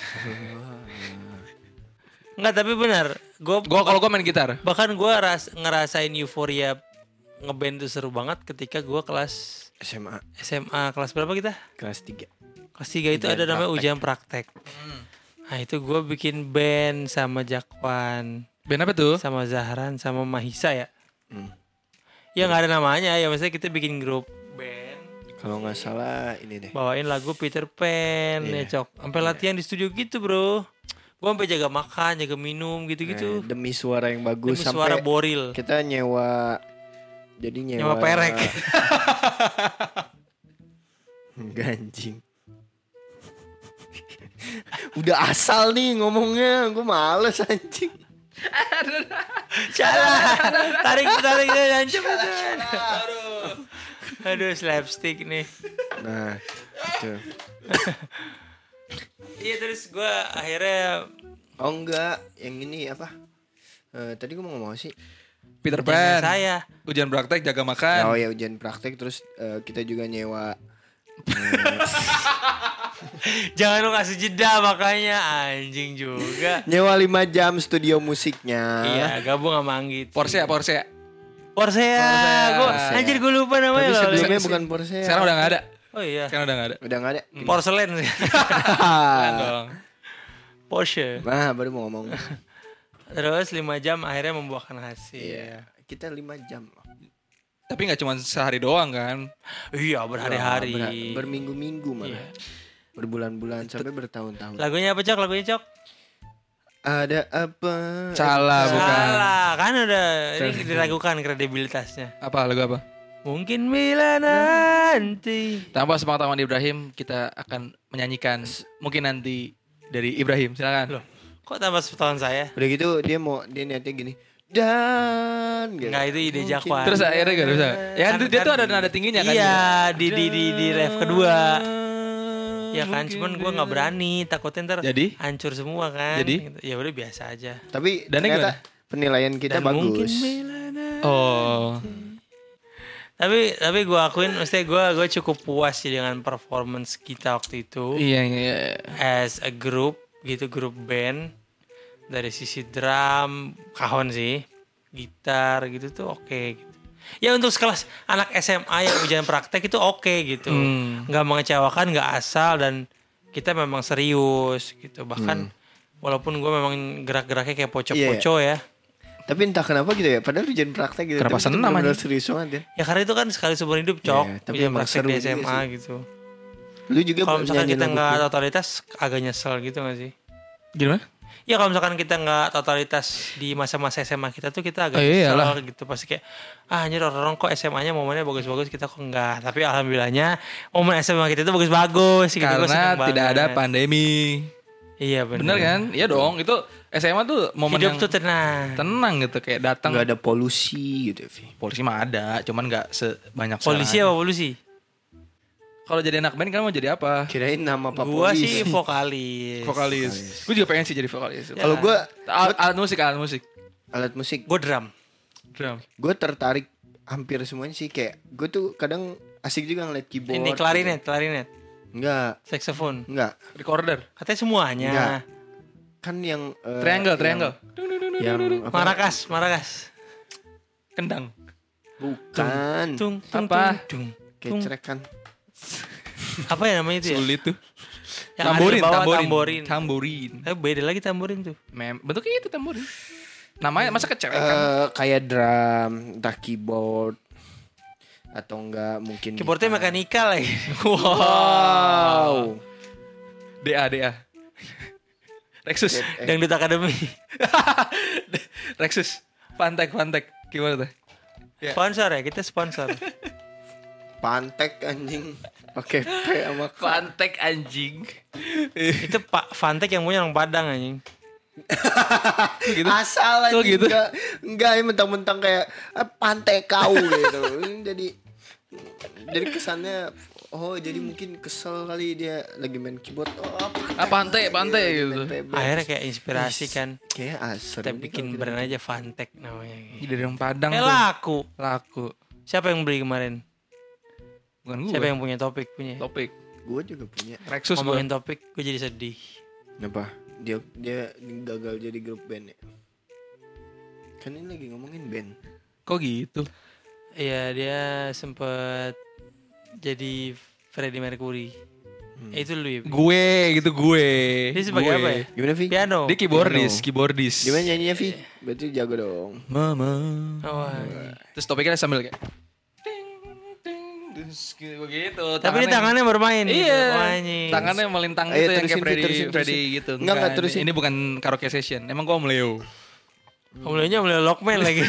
Enggak, tapi benar. Kalau gue main gitar. Bahkan gue ngerasain euforia ngeband tuh seru banget ketika gue kelas SMA kelas berapa kita? kelas 3. Kelas 3 itu ada namanya ujian praktek. Nah itu gue bikin band sama Jakwan, Band apa tuh? sama Zahran, sama Mahisa ya. Ya nggak ada namanya ya, maksudnya kita bikin grup band, Kalau nggak salah ini deh. bawain lagu Peter Pan ya Cok. Sampai latihan di studio gitu bro. Gue sampai jaga makan, jaga minum gitu-gitu. Demi suara yang bagus Demi sampai suara boril. kita nyewa. Jadi Nyewa perek. Enggak anjing. Udah asal nih ngomongnya, gue males anjing. Salah. Tarik lancep. Aduh slapstick nih. Nah, itu. Iya terus gue akhirnya Oh enggak, yang ini apa? Tadi gue mau ngomong apa sih? Peter jangan Pan. saya. Ujian praktek, jaga makan. Oh ya ujian praktek, terus kita juga nyewa. Jangan lu kasih jeda makanya anjing juga. Nyewa 5 jam studio musiknya. Iya gabung sama Anggit. Porsche. Porsea. Porsea. Anjir gue lupa namanya Tapi loh. sebelumnya bukan Porsche. Sekarang udah gak ada. Oh iya. Sekarang udah gak ada. Udah nggak ada. Porselen. Kan dong. Porsche. Nah, baru mau ngomong. Terus 5 jam akhirnya membuahkan hasil. Iya. Kita 5 jam. Tapi gak cuma sehari doang kan. Iya berhari-hari. Berminggu-minggu malah. Iya. Berbulan-bulan sampai bertahun-tahun. Lagunya apa Cok? Lagunya Cok? Ada apa? Salah bukan. Salah. Kan udah ini diragukan kredibilitasnya. Apa lagu apa? Mungkin bila nanti. Tanpa sepengetahuan Ibrahim, kita akan menyanyikan mungkin nanti dari Ibrahim. Silakan. Loh, kok tambah setahun saya? Udah gitu dia niatnya gini. Dan gitu. Enggak, itu ide Jakwan. Terus akhirnya gak bisa. Ya kan dia tuh ada nada tingginya kan. Iya, di ref kedua. Ya kan, cuman gue nggak berani, takutnya ntar Jadi? hancur semua kan. Jadi? Gitu. Ya udah biasa aja. Tapi Dan ternyata penilaian kita Dan mungkin bagus. bila nanti. Oh. Tapi gue akuin, maksudnya gue cukup puas sih dengan performance kita waktu itu. Iya. As a group gitu, grup band. Dari sisi drum, kahon sih, gitar gitu tuh oke gitu. Ya untuk sekelas anak SMA yang ujian praktek itu oke gitu. Nggak mengecewakan, nggak asal, dan kita memang serius gitu. Bahkan walaupun gue memang gerak-geraknya kayak poco-poco ya. Tapi entah kenapa gitu ya, padahal ujian praktek gitu. Kenapa Tapi itu senam bener-bener aja? serius banget ya. Ya karena itu kan sekali seumur hidup Cok. Iya, tapi Ujian emang praktek seru di juga SMA sih. gitu. Lu juga Kalau misalkan nyanyi kita lagu nggak Queen. totalitas agak nyesel gitu gak sih? Gimana? Ya kalau misalkan kita nggak totalitas di masa-masa SMA kita tuh kita agak Oh, nyesel iyalah. gitu. Pasti kayak anjir orang-orang kok SMA-nya momennya bagus-bagus, kita kok enggak. Tapi alhamdulillahnya momen SMA kita tuh bagus-bagus gitu. Gua Karena seneng tidak ada banget. pandemi. Iya Bener benar. kan? Iya dong. Itu SMA tuh momen Hidup yang tuh tenang. tenang gitu. Kayak datang. Nggak ada polusi gitu Vi. Polisi mah ada. Cuman gak sebanyak Polisi sekarang. apa polusi? Kalau jadi anak band kan mau jadi apa? Kirain nama Pak Gua Polisi. sih vokalis. Vokalis. Gue juga pengen sih jadi vokalis. Ya. Kalau gue Alat musik. alat musik, Gue drum. Drum. gue tertarik hampir semuanya sih. Kayak gue tuh kadang asik juga ngeliat keyboard. Ini klarinet. Enggak. Saxophone. Enggak. Recorder. Katanya semuanya. Enggak. Kan yang Triangle. yang apa? Marakas. Kendang. Bukan. Tung, Apa? tung. Kecrek kan. Apa ya namanya itu ya? Sulit tuh. Yang ada di bawah, tamborin. Tamborin. Tapi beda lagi tamborin tuh. Bentuknya itu tamborin. Namanya masa kecerekan? Kayak drum, entah keyboard atau enggak mungkin Keyboardnya gitar. mekanikal lagi. Wow. DA. Rexus. Dangdut Academy. Rexus. Pantek. Gimana tuh? Ya. Sponsor ya, kita sponsor. Pantek anjing. Oke, P sama K. Pantek anjing. Itu Pak Fantek yang punya orang Padang anjing. Gitu. Asal Kok anjing. gitu? Enggak, mentang-mentang kayak pantai kau gitu. Jadi kesannya jadi mungkin kesel kali dia lagi main keyboard. Pantai gitu. Akhirnya kayak inspirasi kan. Kayak asal. Kita bikin brand aja Fantek namanya. Dari orang Padang Laku. Laku. Siapa yang beli kemarin? Bukan gue. Siapa yang punya topik punya? Topik. Gue juga punya. Rexus gue. Ngomongin topik, gue jadi sedih. Kenapa? Dia gagal jadi grup band ya. Kan ini lagi ngomongin band. Kok gitu? Iya, dia sempet jadi Freddie Mercury. Itu lu ya? Gue. Dia sebagai apa ya? Gimana Vi? Piano. Dia keyboardis. Gimana nyanyinya Vi? Berarti jago dong. Mama. Oh, anjing. Terus topiknya sambil kayak begitu. Tapi dia tangannya bermain. Iya. Gitu. Oh, anjing. Tangannya melintang Ayo, gitu yang kayak terusin. Freddy gitu. Enggak, terusin. Ini bukan karaoke session. Emang gua om Leo. Mulainya mulai Lockman lagi.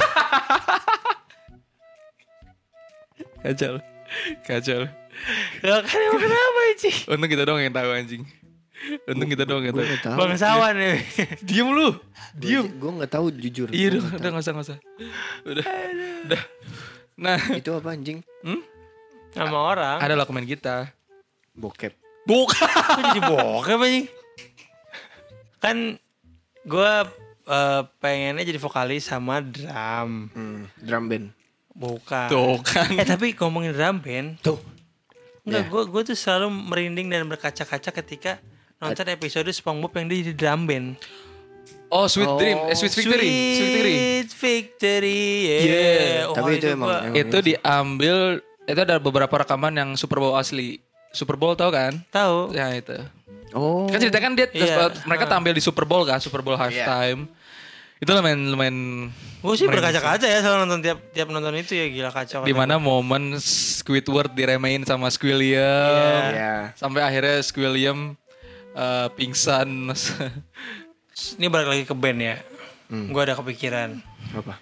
Kacau. Lah kan emang kenapa sih? Untung kita doang yang tahu anjing. Untung kita doang yang Gue tahu. nggak tahu. Bangsawan ya. Diem lu. Gue nggak tahu jujur. Iya Gua udah nggak nggak usah. Udah. Nah, tahu. Itu apa anjing? Sama orang. ada lo komen kita. Bokep. Bukan. Kok jadi bokep anjing? Kan gue pengennya jadi vokalis sama drum. Drum band. Bukan. Tuh kan. Tapi ngomongin drum band. Tuh. Enggak, gue tuh selalu merinding dan berkaca-kaca ketika nonton episode SpongeBob yang dia jadi drum band. Oh, Sweet Victory. Sweet Victory. Yeah. Oh, Tapi itu emang Itu diambil, itu ada beberapa rekaman yang Super Bowl asli. Super Bowl tau kan? tahu. Ya itu. Oh. Kan ceritanya kan dia Iya. mereka tampil di Super Bowl kan, Super Bowl halftime. Itu lumayan Gue sih berkaca-kaca ya selalu nonton tiap nonton itu ya, gila kacau. di mana momen Squidward diremehin sama Squilliam. Iya. Sampai akhirnya Squilliam pingsan. Ini balik lagi ke band ya. Gue ada kepikiran. Apa?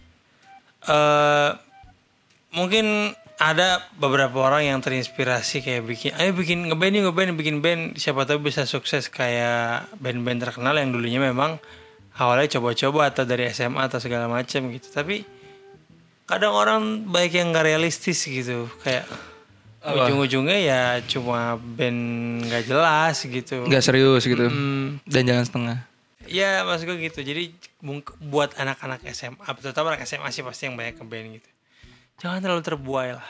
Mungkin ada beberapa orang yang terinspirasi kayak bikin ngeband bikin band, siapa tahu bisa sukses kayak band-band terkenal yang dulunya memang awalnya coba-coba atau dari SMA atau segala macam gitu. Tapi kadang orang baik yang gak realistis gitu, kayak ujung-ujungnya ya cuma band gak jelas gitu. Nggak serius gitu. Dan jangan setengah. Ya maksud gue gitu. Jadi buat anak-anak SMA, terutama anak SMA sih pasti yang banyak ngeband gitu, jangan terlalu terbuai lah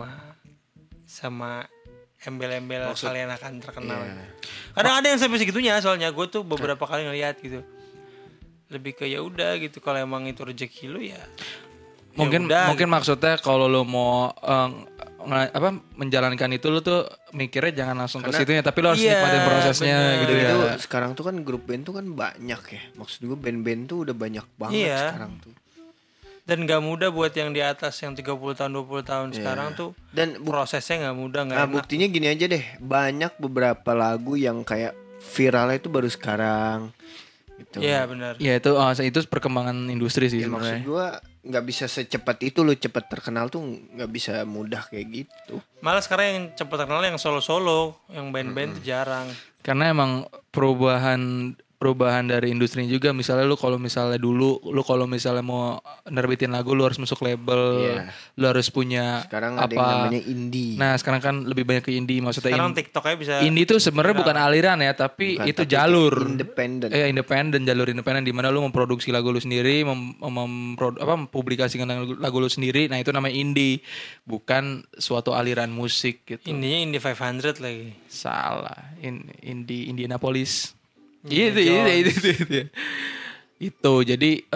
sama embel-embel kalian akan terkenal. Kadang ada yang sampai segitunya, soalnya gue tuh beberapa kali ngeliat gitu. Lebih ke ya udah gitu, kalau emang itu rezeki lu ya. Mungkin maksudnya kalau lo mau menjalankan itu lo tuh mikirnya jangan langsung ke situnya, tapi lo harus nikmatin prosesnya gitu ya. Itu sekarang tuh kan grup band tuh kan banyak ya. Maksud gue band-band tuh udah banyak banget sekarang tuh. Dan gak mudah buat yang di atas yang 30 tahun 20 tahun sekarang tuh. Dan prosesnya gak mudah, gak enak. Buktinya gini aja deh, banyak beberapa lagu yang kayak viralnya itu baru sekarang gitu. Iya benar. Ya itu perkembangan industri sih Ya, maksud sebenarnya. gue nggak bisa secepat itu, lo cepet terkenal tuh nggak bisa mudah kayak gitu. Malah sekarang yang cepet terkenal yang solo-solo, yang band-band tuh jarang. Karena emang perubahan perubahan dari industri juga. Misalnya lu kalau misalnya dulu lu kalau misalnya mau nerbitin lagu lu harus masuk label, Iya. lu harus punya Sekarang ada yang namanya indie. Nah, sekarang kan lebih banyak ke indie, maksudnya Sekarang TikTok aja bisa. indie itu sebenarnya bukan aliran ya, tapi Bukan, itu tapi jalur independen. independen, jalur independen di mana lu memproduksi lagu lu sendiri, mempublikasikan lagu lu sendiri. Nah, itu namanya indie, bukan suatu aliran musik gitu. Indinya Indie 500 lagi. Salah. Indie Indianapolis. Indiana Itu. Itu. Jadi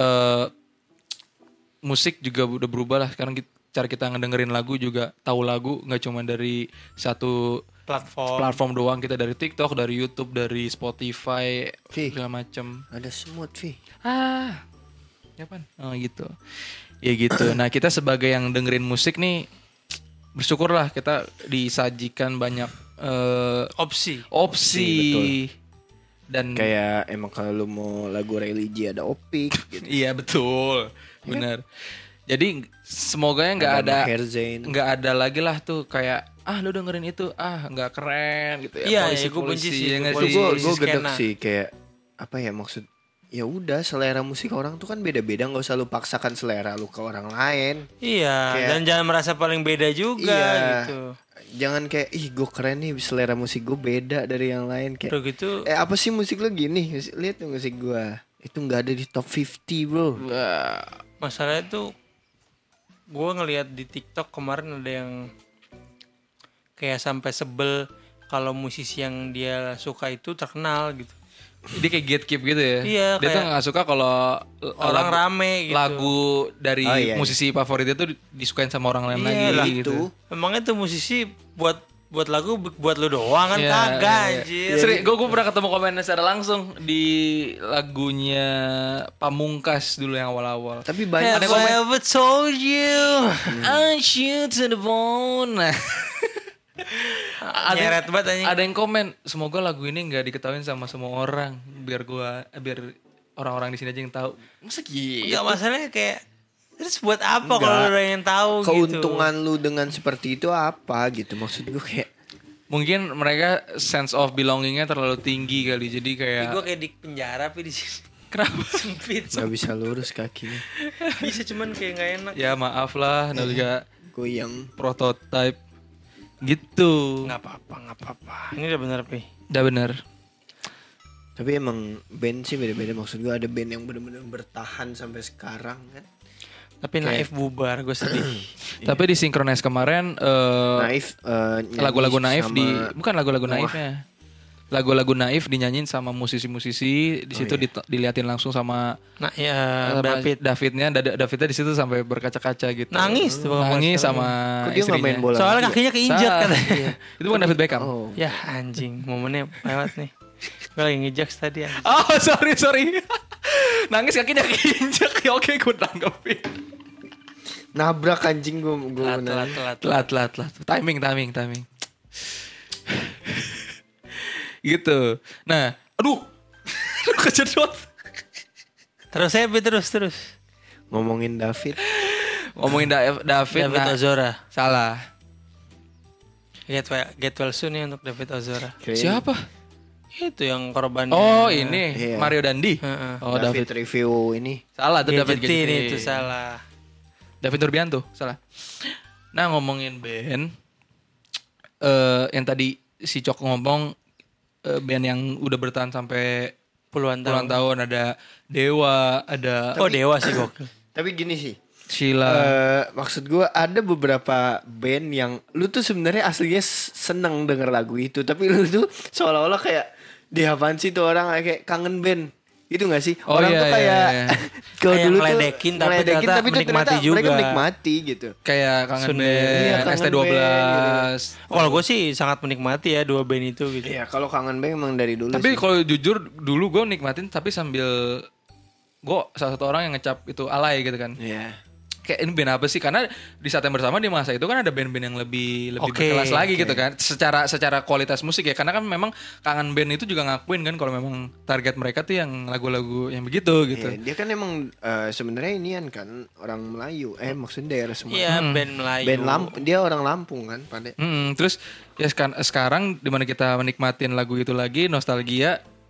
musik juga udah berubah lah. Sekarang cara kita ngedengerin lagu juga tahu lagu nggak cuma dari satu platform doang, kita dari TikTok, dari YouTube, dari Spotify, Fi. segala macem. Ada semut, Vi. Apaan? Oh gitu. Ya gitu. Nah, kita sebagai yang dengerin musik nih bersyukurlah kita disajikan banyak opsi. opsi. Dan Kayak emang kalau lu mau lagu religi ada Opik gitu. iya betul, benar. Jadi semoga nggak Ada ada Maher Zain. nggak ada lagi lah tuh kayak lu dengerin itu nggak keren gitu ya. Iya, gue benci sih. ya nggak Polisi- sih? Gue gedek skena. sih kayak apa ya maksud ya udah selera musik orang tuh kan beda-beda, nggak usah lu paksakan selera lu ke orang lain. Iya, Kayak- dan jangan merasa paling beda juga Iya. gitu. Jangan kayak gue keren nih selera musik gue beda dari yang lain kayak Udah gitu apa sih musik lo gini, lihat tuh musik gue itu nggak ada di top 50 bro. Wah, masalahnya tuh gue ngelihat di TikTok kemarin ada yang kayak sampai sebel kalau musisi yang dia suka itu terkenal gitu. dia kayak gatekeep gitu ya. Iya, Dia tuh kayak nggak suka kalau orang lagu- rame gitu. lagu dari Oh, iya, iya. musisi favoritnya tuh disukain sama orang lain Iya lagi lah, gitu. Emangnya tuh musisi buat lagu buat lu doang kan Iya, kagak iya. anjir. Sering, gue pernah ketemu komennya secara langsung di lagunya Pamungkas dulu yang awal-awal. Tapi banyak Have I ever told you? I shoot to the bone. Nah. Nyeret banget anjing. Ada yang komen, semoga lagu ini nggak diketahuin sama semua orang, biar orang-orang di sini aja yang tahu. Masa gitu? Enggak masalahnya kayak terus buat apa Enggak. kalau orang yang tahu gitu. keuntungan lu dengan seperti itu apa gitu, maksud gue kayak Mungkin mereka sense of belongingnya terlalu tinggi kali, jadi kayak Gue kayak di penjara tapi di sini kenapa? sempit. nggak bisa lurus kakinya, Bisa cuman kayak nggak enak. Ya maaf lah, dan juga goyang. prototype gitu. Nggak apa-apa. Ini udah bener pi. Udah bener. Tapi emang band sih beda-beda, maksud gue ada band yang benar-benar bertahan sampai sekarang kan. Tapi Naif bubar, gue sedih. Tapi di Synchronize kemarin Naif nyanyi lagu-lagu Naif sama- bukan lagu-lagu Naifnya. Lagu-lagu Naif dinyanyiin sama musisi-musisi, di situ diliatin langsung sama Nah ya David Davidnya di situ sampai berkaca-kaca gitu. Nangis tuh, Nangis Mas. sama Kok dia nggak istrinya. main bola? soalnya lagi ya? kakinya keinjak Salah. katanya. Itu bukan David Beckham. Oh, Ya anjing, momennya lewat nih. Gue lagi ngejaks tadi anjing. Oh, sorry. Nangis kakinya keinjak. Ya oke, gue tanggepin. nabrak anjing gue Telat. Telat. Timing. Gitu. Nah, aduh. Kejedot. Terus saya Pi, terus. ngomongin David. Ngomongin David David nah, Ozora. salah. Get well soon ya untuk David Ozora. Siapa? Itu yang korban. Oh, ini Iya. Mario Dandi. Heeh. Oh, David David. review ini. Salah tuh David Gadgetin Gadgetin. itu salah. David Nurbianto, salah. Nah, ngomongin band yang tadi si Cok ngomong band yang udah bertahan sampai Puluhan puluhan tahun. tahun, ada Dewa, ada Oh Dewa sih gokil. Tapi gini sih. Sheila. Maksud gue ada beberapa band yang lu tuh sebenarnya aslinya seneng denger lagu itu, tapi lu tuh seolah-olah kayak di apaan sih tuh orang kayak kangen band gitu gak sih? Oh, Orang iya, tuh iya, kayak iya. kalau Kayak dulu tuh ngeledekin, tapi ternyata tuh menikmati ternyata mereka juga. menikmati gitu. Kayak Kangen Sun- Band, Iya, Kangen ST12. Band, Kalau gue sih sangat menikmati ya dua band itu gitu. Iya, kalau kangen band emang dari dulu Tapi sih. kalau jujur dulu gue nikmatin tapi sambil gue salah satu orang yang ngecap itu alay gitu kan. Iya. Kayak ini band apa sih? Karena di saat yang bersama di masa itu kan ada band-band yang lebih Oke, berkelas lagi oke. gitu kan. Secara kualitas musik ya. Karena kan memang Kangen Band itu juga ngakuin kan kalau memang target mereka tuh yang lagu-lagu yang begitu gitu. Iya, dia kan emang sebenarnya inian kan orang Melayu. Maksudnya daerah Sumatera. Iya band Melayu. Band Lampung, dia orang Lampung kan, pada. Terus ya sekarang dimana kita menikmatin lagu itu lagi, nostalgia,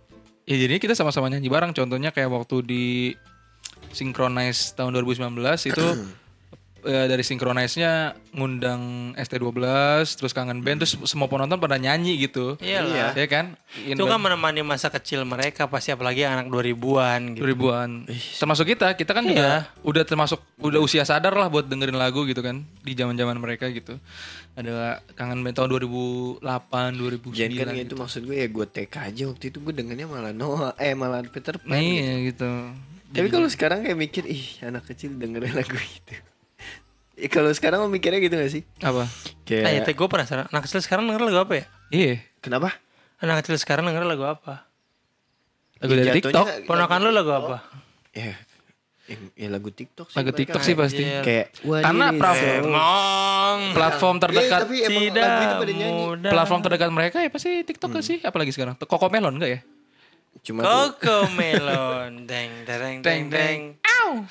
Ya jadinya kita sama-sama nyanyi bareng. Contohnya kayak waktu di Synchronize tahun 2019 itu dari Synchronize-nya ngundang ST12 terus Kangen Band terus semua penonton pada nyanyi gitu. Iyalah. Ya kan? Itu kan menemani masa kecil mereka pasti, apalagi anak 2000-an gitu. 2000-an. Termasuk kita kan juga udah usia sadar lah buat dengerin lagu gitu kan di zaman-zaman mereka gitu. Ada Kangen Band tahun 2008, 2009. Jangan kan gitu. itu maksud gue ya gue TK aja waktu itu gue dengannya malah malah Peter Pan. Iya gitu. Tapi kalau sekarang kayak mikir, ih anak kecil dengerin lagu itu. Kalau sekarang mau mikirnya gitu gak sih? Apa? Nah, itu gue penasaran. Anak kecil sekarang denger lagu apa ya? Iya. Kenapa? Anak kecil sekarang denger lagu apa? Lagu dari Jatuhnya TikTok. Ponakan lu lagu apa? Ya lagu TikTok sih. Lagu mereka. TikTok sih pasti. Anjir. Kayak Karena platform terdekat tapi emang tidak lagu itu pada nyanyi. mudah. platform terdekat mereka ya pasti TikTok gak sih? Apalagi sekarang. Koko Melon enggak ya? Cuma tuh, Coco Melon, deng deng deng deng. Ow.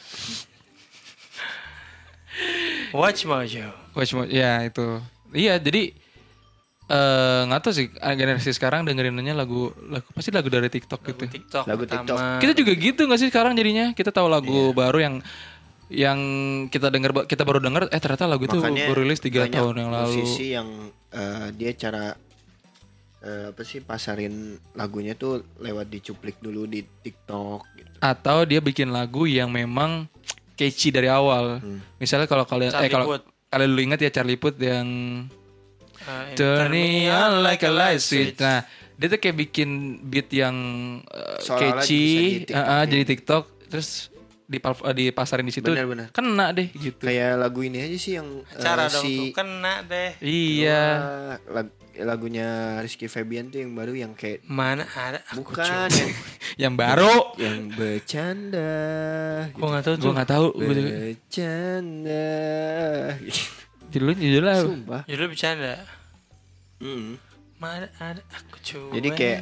Watch Mojo. Ya itu. Iya jadi nggak tahu sih generasi sekarang dengerinnya lagu pasti lagu dari TikTok gitu. TikTok Lagu pertama. TikTok. Kita juga gitu nggak sih sekarang jadinya? Kita tahu lagu baru yang kita baru denger ternyata lagu itu makanya baru rilis 3 banyak tahun yang lalu. musisi yang dia cara pasarin lagunya tuh lewat dicuplik dulu di TikTok gitu. Atau dia bikin lagu yang memang catchy dari awal. Misalnya kalau kalian Charlie kalau Puth. kalian dulu ingat ya Charlie Puth yang Turn me on like a light switch. Nah, dia tuh kayak bikin beat yang Seolah-olah catchy, bisa jadi jadi TikTok, terus dipasarin di situ, Benar-benar. kena deh gitu. Kayak lagu ini aja sih yang Cara dong tuh kena deh. Iya, lagunya Rizky Febian tuh yang baru yang kayak Mana ada aku bukan yang baru. yang bercanda. Gue nggak tahu Gue tuh. nggak tahu. Bercanda. Judulnya Sumpah. Judul bercanda. Mm. Mana ada aku cuek. Jadi kayak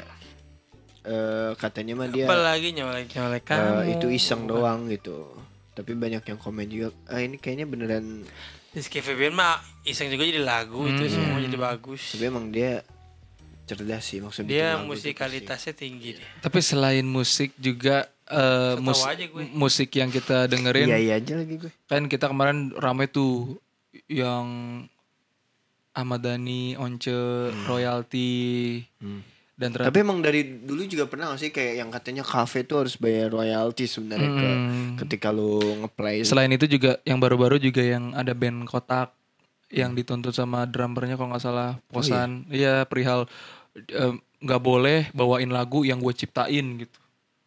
katanya mah dia apalagi nyolek kamu. itu iseng doang gitu. Tapi banyak yang komen juga, ini kayaknya beneran. Rizky Febian mah iseng juga jadi lagu itu semua jadi bagus. Tapi emang dia cerdas sih maksudnya. Dia bikin lagu itu musikalitasnya tinggi deh. Tapi selain musik juga Ketawa aja gue. musik yang kita pasti. dengerin, Iya aja lagi gue. kan kita kemarin rame tuh yang Ahmad Dhani, Once, royalty, dan ternyata Tapi emang dari dulu juga pernah gak sih kayak yang katanya kafe tuh harus bayar royalti sebenarnya ketika lu ngeplay. selain itu juga yang baru-baru juga yang ada band Kotak yang dituntut sama drummernya kalau nggak salah Posan. Iya perihal nggak boleh bawain lagu yang gue ciptain gitu.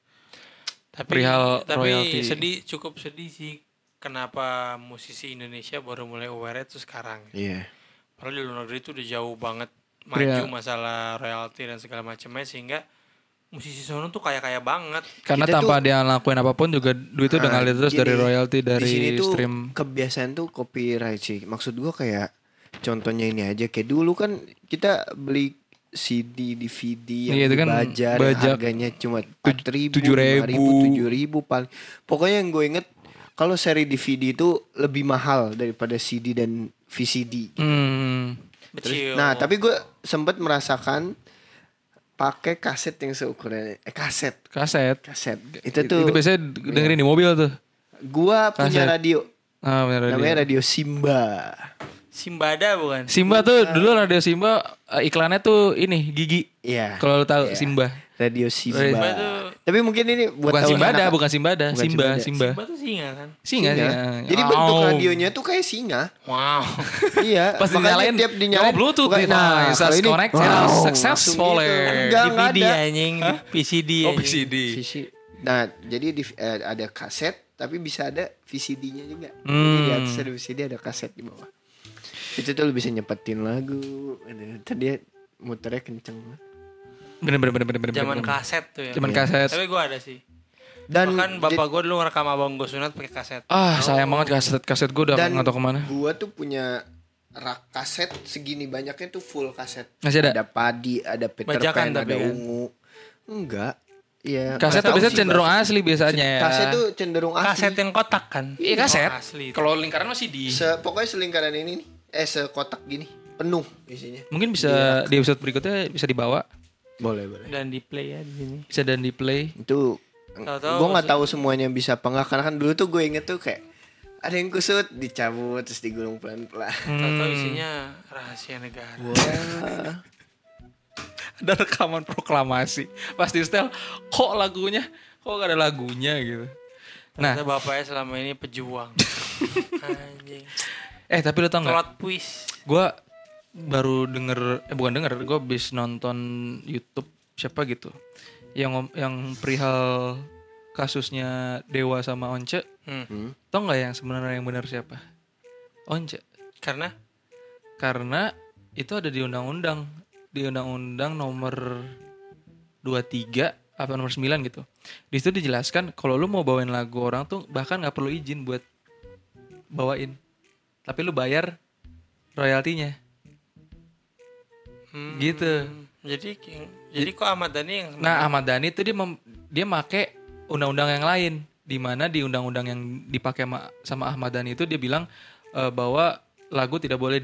Perihal royalti. cukup sedih sih. Kenapa musisi Indonesia baru mulai aware itu sekarang? Iya. Padahal di luar negeri itu udah jauh banget Iya. maju masalah royalti dan segala macamnya, sehingga musisi sono tuh kaya banget. Karena Kita tanpa dia lakuin apapun juga duit itu udah ngalir terus Gini, dari royalti di dari sini tuh stream. kebiasaan tuh copyright sih. Maksud gua kayak contohnya ini aja, kayak dulu kan kita beli CD, DVD yang Iya, itu kan dibajak, bajak. harganya cuma 4.000, 7.000. 7.000 paling. Pokoknya yang gue inget kalau seri DVD itu lebih mahal daripada CD dan VCD. Becil. Nah, tapi gue sempat merasakan pakai kaset yang seukuran kaset. Itu tuh Itu biasanya dengerin di mobil tuh. gua punya Kaset. radio. Bener, Namanya radio Simba. Simbada bukan? Simba tuh dulu radio Simba iklannya tuh ini gigi. Iya. Kalau lo tahu Iya. Simba. Radio Simba. Simba tuh- Tapi mungkin ini buat Bukan tahu Simbada, anak- bukan Simbada, Bukan Simba. Simba tuh singa kan? Singa. Jadi bentuk Wow. radionya tuh kayak singa. Wow. Iya. Pas makanya dinyalain, tiap dinyalain oh, Bluetooth bukan- device kalau has ini, connected langsung successfully. gitu. Enggak DVD ada. anjing, PCD Oh anjing. PCD. Nah, jadi ada kaset tapi bisa ada VCD-nya juga. Jadi Hmm. di atas ada VCD, ada kaset di bawah. Itu tuh lu bisa nyepetin lagu. Tadi dia muternya kenceng. Bener. Zaman kaset tuh ya. Zaman kaset. Tapi gue ada sih. Dan Bahkan bapak gue dulu ngerekam abang gue sunat pakai kaset. Sayang banget kaset gue udah dan nggak tahu kemana. gua tuh punya rak kaset segini banyaknya tuh full kaset. Masih ada? Ada Padi, ada Peter Bajakan Pan, tapi ada kan? Ungu. Enggak. Iya. Kaset tuh nggak tahu biasanya sih, cenderung Bang. asli biasanya ya. Kaset tuh cenderung asli. Kaset yang kotak kan? Iya kaset. Oh, asli. Kalau lingkaran masih di. Pokoknya selingkaran ini nih, sekotak gini, penuh isinya. Mungkin bisa di episode berikutnya bisa dibawa. Boleh, boleh. dan di play ya di sini. Bisa dan di play. Itu Tahu-tahu gue nggak tahu semuanya bisa apa nggak, karena kan dulu tuh gue inget tuh kayak ada yang kusut dicabut terus digulung pelan-pelan. Tahu-tahu isinya rahasia negara. Wah. Ada rekaman proklamasi. Pasti setel kok lagunya, kok gak ada lagunya gitu. Nah, Ternyata bapaknya selama ini pejuang. Anjing. tapi lu tau nggak? Plot twist. Gue baru bukan denger, gue habis nonton YouTube siapa gitu, yang perihal kasusnya Dewa sama Once. Tau nggak yang sebenarnya yang benar siapa? Once. Karena itu ada di undang-undang nomor 23 apa nomor 9 gitu. Di situ dijelaskan kalau lu mau bawain lagu orang tuh bahkan nggak perlu izin buat bawain, tapi lu bayar royaltinya. Gitu. Jadi kok Ahmad Dhani yang Nah, Ahmad Dhani itu dia make undang-undang yang lain, di mana di undang-undang yang dipakai sama Ahmad Dhani itu dia bilang bahwa lagu tidak boleh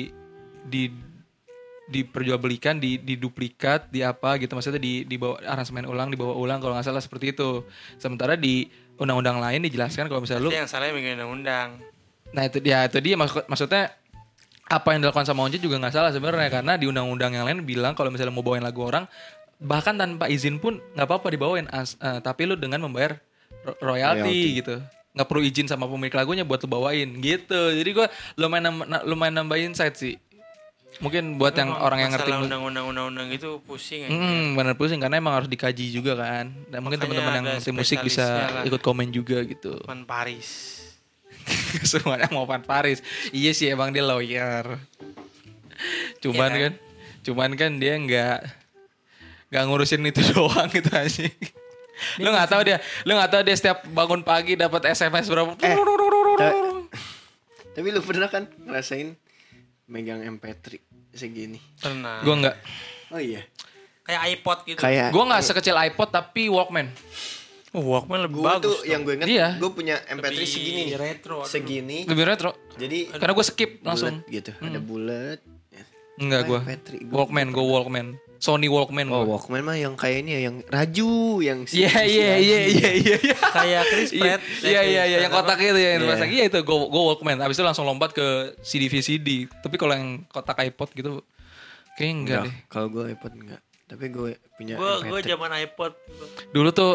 diperjualbelikan, diduplikat, di apa gitu, maksudnya dibawa aransemen ulang, dibawa ulang kalau nggak salah seperti itu. Sementara di undang-undang lain dijelaskan kalau misalnya lu, yang salah yang bikin undang-undang. nah itu dia maksudnya apa yang dilakukan sama Once juga nggak salah sebenarnya, karena di undang-undang yang lain bilang kalau misalnya mau bawain lagu orang bahkan tanpa izin pun nggak apa-apa dibawain, tapi lu dengan membayar royalti gitu, nggak perlu izin sama pemilik lagunya buat lu bawain gitu. Jadi gue lumayan nambah insight sih, mungkin buat yang orang yang ngerti undang-undang itu pusing ya. Bener pusing karena emang harus dikaji juga kan, dan mungkin Makanya teman-teman yang ada ngerti musik bisa spesialisnya lah. ikut komen juga gitu. Van Paris. Semuanya mau Van Paris. Iya sih emang dia lawyer. Cuman kan dia nggak ngurusin itu doang gitu aja. Lu nggak tahu dia setiap bangun pagi dapat SMS berapa. Tapi lu pernah kan ngerasain megang MP3 segini? Pernah. Gue nggak. Oh iya. Kayak iPod gitu. Gue nggak sekecil iPod tapi Walkman. Walkman lebih Gue bagus tuh tuh. yang gue inget, Iya. gue punya MP3 Lebih segini nih. retro. Segini. Lebih retro. Jadi Karena gue skip langsung. bulat gitu. Ada bulat. Enggak gue. MP3 Walkman. Sony Walkman. Oh, gua. Walkman mah yang kayak ini ya, yang raju, yang Iya. Kayak Chris Pratt. Iya yang kotak itu ya, yang Iya. pasang. Iya itu go Walkman. Abis itu langsung lompat ke CD VCD. Tapi kalau yang kotak iPod gitu kayaknya enggak deh. Kalau gue iPod enggak. Tapi gue punya Gue MP3. zaman iPod. Dulu tuh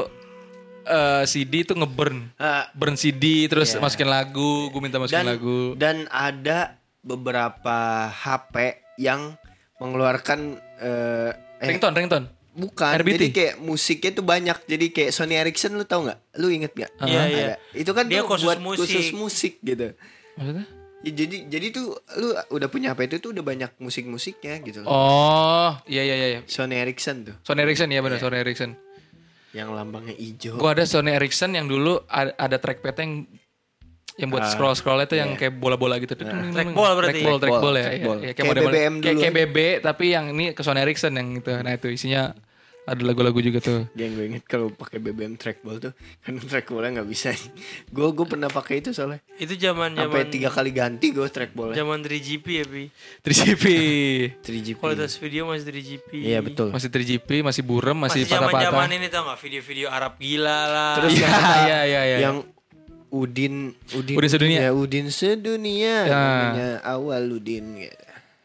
CD tuh burn CD terus Iya. masukin lagu, gue minta masukin lagu. Dan ada beberapa HP yang mengeluarkan Ringtone. bukan. RBT. Jadi kayak musiknya tuh banyak. Jadi kayak Sony Ericsson, lu tahu nggak? Lu inget nggak? Iya, Ada. iya. Itu kan Dia tuh khusus buat musik. khusus musik gitu. Maksudnya? Ya, jadi tuh lu udah punya HP itu tuh udah banyak musik-musiknya gitu loh. Oh, iya. Sony Ericsson tuh Sony Ericsson ya benar, Sony Ericsson. yang lambangnya hijau. Gue ada Sony Ericsson yang dulu ada trackpad yang buat scroll itu yang kayak bola-bola gitu. Trackball berarti. Trackball ya. Trackball. Iya, Kayak model- BBM dulu Kayak BB tapi yang ini ke Sony Ericsson yang itu. Nah itu isinya ada lagu-lagu juga tuh. Yang gue inget kalau pakai BBM trackball tuh kan trackballnya nggak bisa. Gue pernah pakai itu soalnya. Itu zaman Sampai 3 kali ganti gue trackballnya. zaman 3GP ya, Pi. 3GP. 3GP. Kualitas video masih 3GP. Iya betul. Masih 3GP, masih burem, masih Masih zaman-zaman patah-patah. ini tau gak video-video Arab gila lah. Terus yang Iya. yang Udin Sedunia. Ya, Udin sedunia. Ya. Namanya awal Udin. Ya.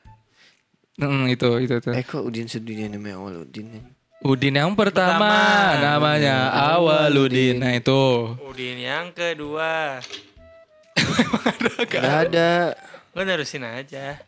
Itu. Kok Udin sedunia namanya awal Udin? Udin yang pertama namanya Awaludin. Nah itu. Udin yang kedua. Gak ada. Gue nerusin aja.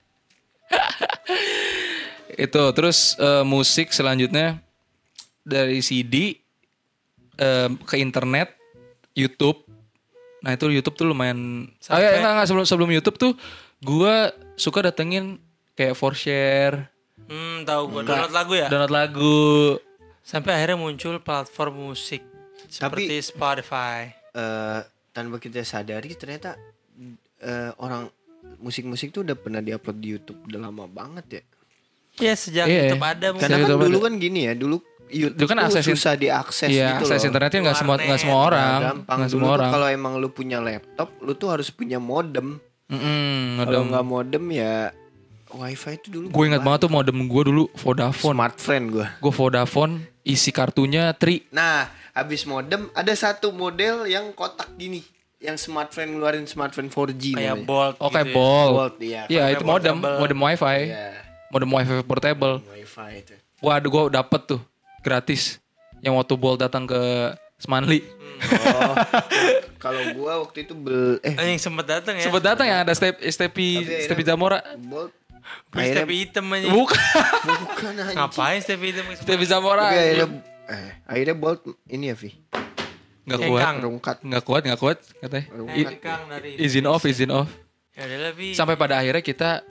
Itu terus musik selanjutnya dari CD ke internet, YouTube. Nah itu YouTube tuh lumayan. Enggak sebelum YouTube tuh gua suka datengin kayak ForShare. Tahu gue download lagu ya. Download lagu. Sampai akhirnya muncul platform musik seperti Spotify. Tanpa kita sadari ternyata orang musik-musik tuh udah pernah diupload di YouTube udah lama banget ya. Ya sejak Iya. YouTube ada mungkin. Karena kan YouTube dulu ada. kan gini ya, dulu YouTube Dulu kan tuh akses susah diakses Iya, gitu akses loh. internetnya nggak semua Warnet, orang. Gampang. Nggak Dulu semua tuh orang. kalau emang lu punya laptop, lu tuh harus punya modem. Kalau Modem. nggak modem ya wifi itu dulu. Gue ingat banget tuh modem gue dulu Vodafone. Smart friend gue. Gue Vodafone, isi kartunya Tri. Nah, habis modem ada satu model yang kotak gini, yang smart friend ngeluarin smart friend 4G Kayak namanya. Bolt Oh gitu kayak ya. Bolt. Bolt, iya. Iya itu modem, portable. modem wifi. Iya, Modem wifi portable. wifi itu. Waduh gue dapet tuh gratis. Yang waktu Bolt datang ke Semanli. Oh, kalau gua waktu itu Yang sempet datang ya. Sempet datang yang ada Stepi Zamora. Bolt Terus akhirnya Stepi hitam aja. Bukan. bukan anjing. Ngapain Stepi hitam? Stepi Zamora. Tapi akhirnya Bolt ini ya Vi. Nggak kuat. Hengkang. Rungkat. Nggak kuat katanya. Hengkang dari Izin off. Ya udah lah Pi. Sampai pada akhirnya kita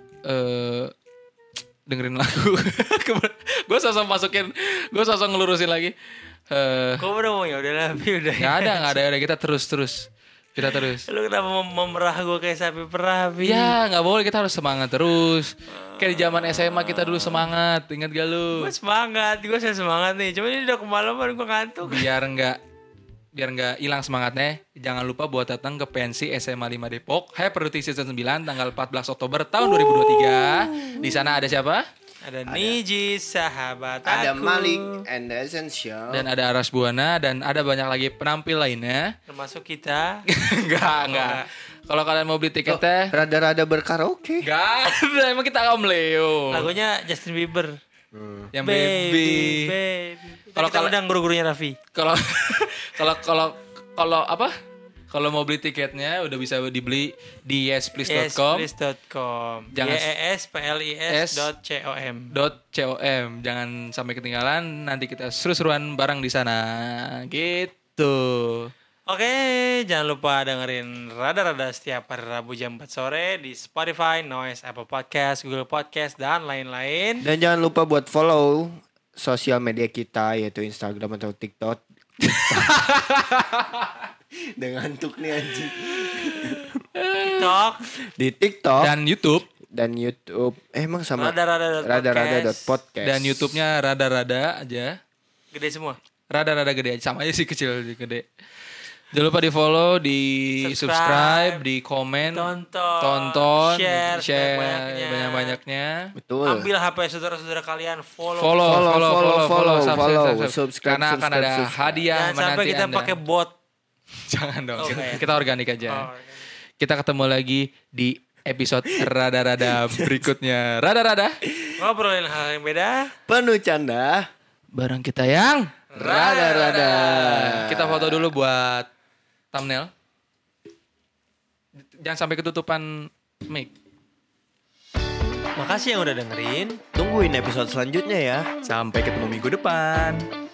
dengerin lagu. Gue sosok ngelurusin lagi. Kok udah mau ya udah lah Pi udah. Nggak ada. Kita terus. Kita terus. Lu kenapa memerah gue kayak sapi perah Pi? Ya nggak boleh, kita harus semangat terus. Kayak di zaman SMA kita dulu semangat, ingat gak lu? Gue semangat nih. Cuma ini udah kemalaman gue ngantuk. Biar nggak hilang semangatnya, jangan lupa buat datang ke pensi SMA 5 Depok Hyperduty Season 9 tanggal 14 Oktober tahun 2023. Di sana ada siapa? Ada Niji, sahabat Ada aku. Malik and the Essential. Dan ada Aras Buana dan ada banyak lagi penampil lainnya. Termasuk kita. Enggak. Kalau kalian mau beli tiketnya, Rada-rada berkaraoke. enggak ada. Emang kita Om Leo. Lagunya Justin Bieber. Yang baby. Kalau kita Kalau- undang guru-gurunya Raffi. Kalau kalau apa? Kalau mau beli tiketnya udah bisa dibeli di yesplease.com Yesplease.com. Jangan- yesplis.com. .com. Jangan sampai ketinggalan, nanti kita seru-seruan bareng di sana. Gitu. Oke, jangan lupa dengerin Rada-Rada setiap hari Rabu jam 4 sore di Spotify, Noise, Apple Podcast, Google Podcast, dan lain-lain. Dan jangan lupa buat follow sosial media kita yaitu Instagram atau TikTok. Dengan ngantuk nih anjing. TikTok, Di TikTok Dan YouTube dan YouTube emang sama Rada-Rada.podcast. rada-rada.podcast. dan YouTube-nya rada-rada aja. Gede semua. Rada-rada gede aja, sama aja sih kecil gede. Jangan lupa di follow, di subscribe, di komen, tonton, share banyak-banyaknya. Betul. Ambil HP saudara-saudara kalian, follow. Follow, subscribe. subscribe, Karena akan ada subscribe. hadiah Jangan sampai menanti kita Anda. pakai bot. Jangan dong, Oke. kita organik aja. Oh, Kita ketemu lagi di episode rada-rada berikutnya. Rada-rada. ngobrolin hal yang beda. Penuh canda. Barang kita yang Rada-rada. kita foto dulu buat thumbnail. Jangan sampai ketutupan mic. Makasih yang udah dengerin. Tungguin episode selanjutnya ya. Sampai ketemu minggu depan.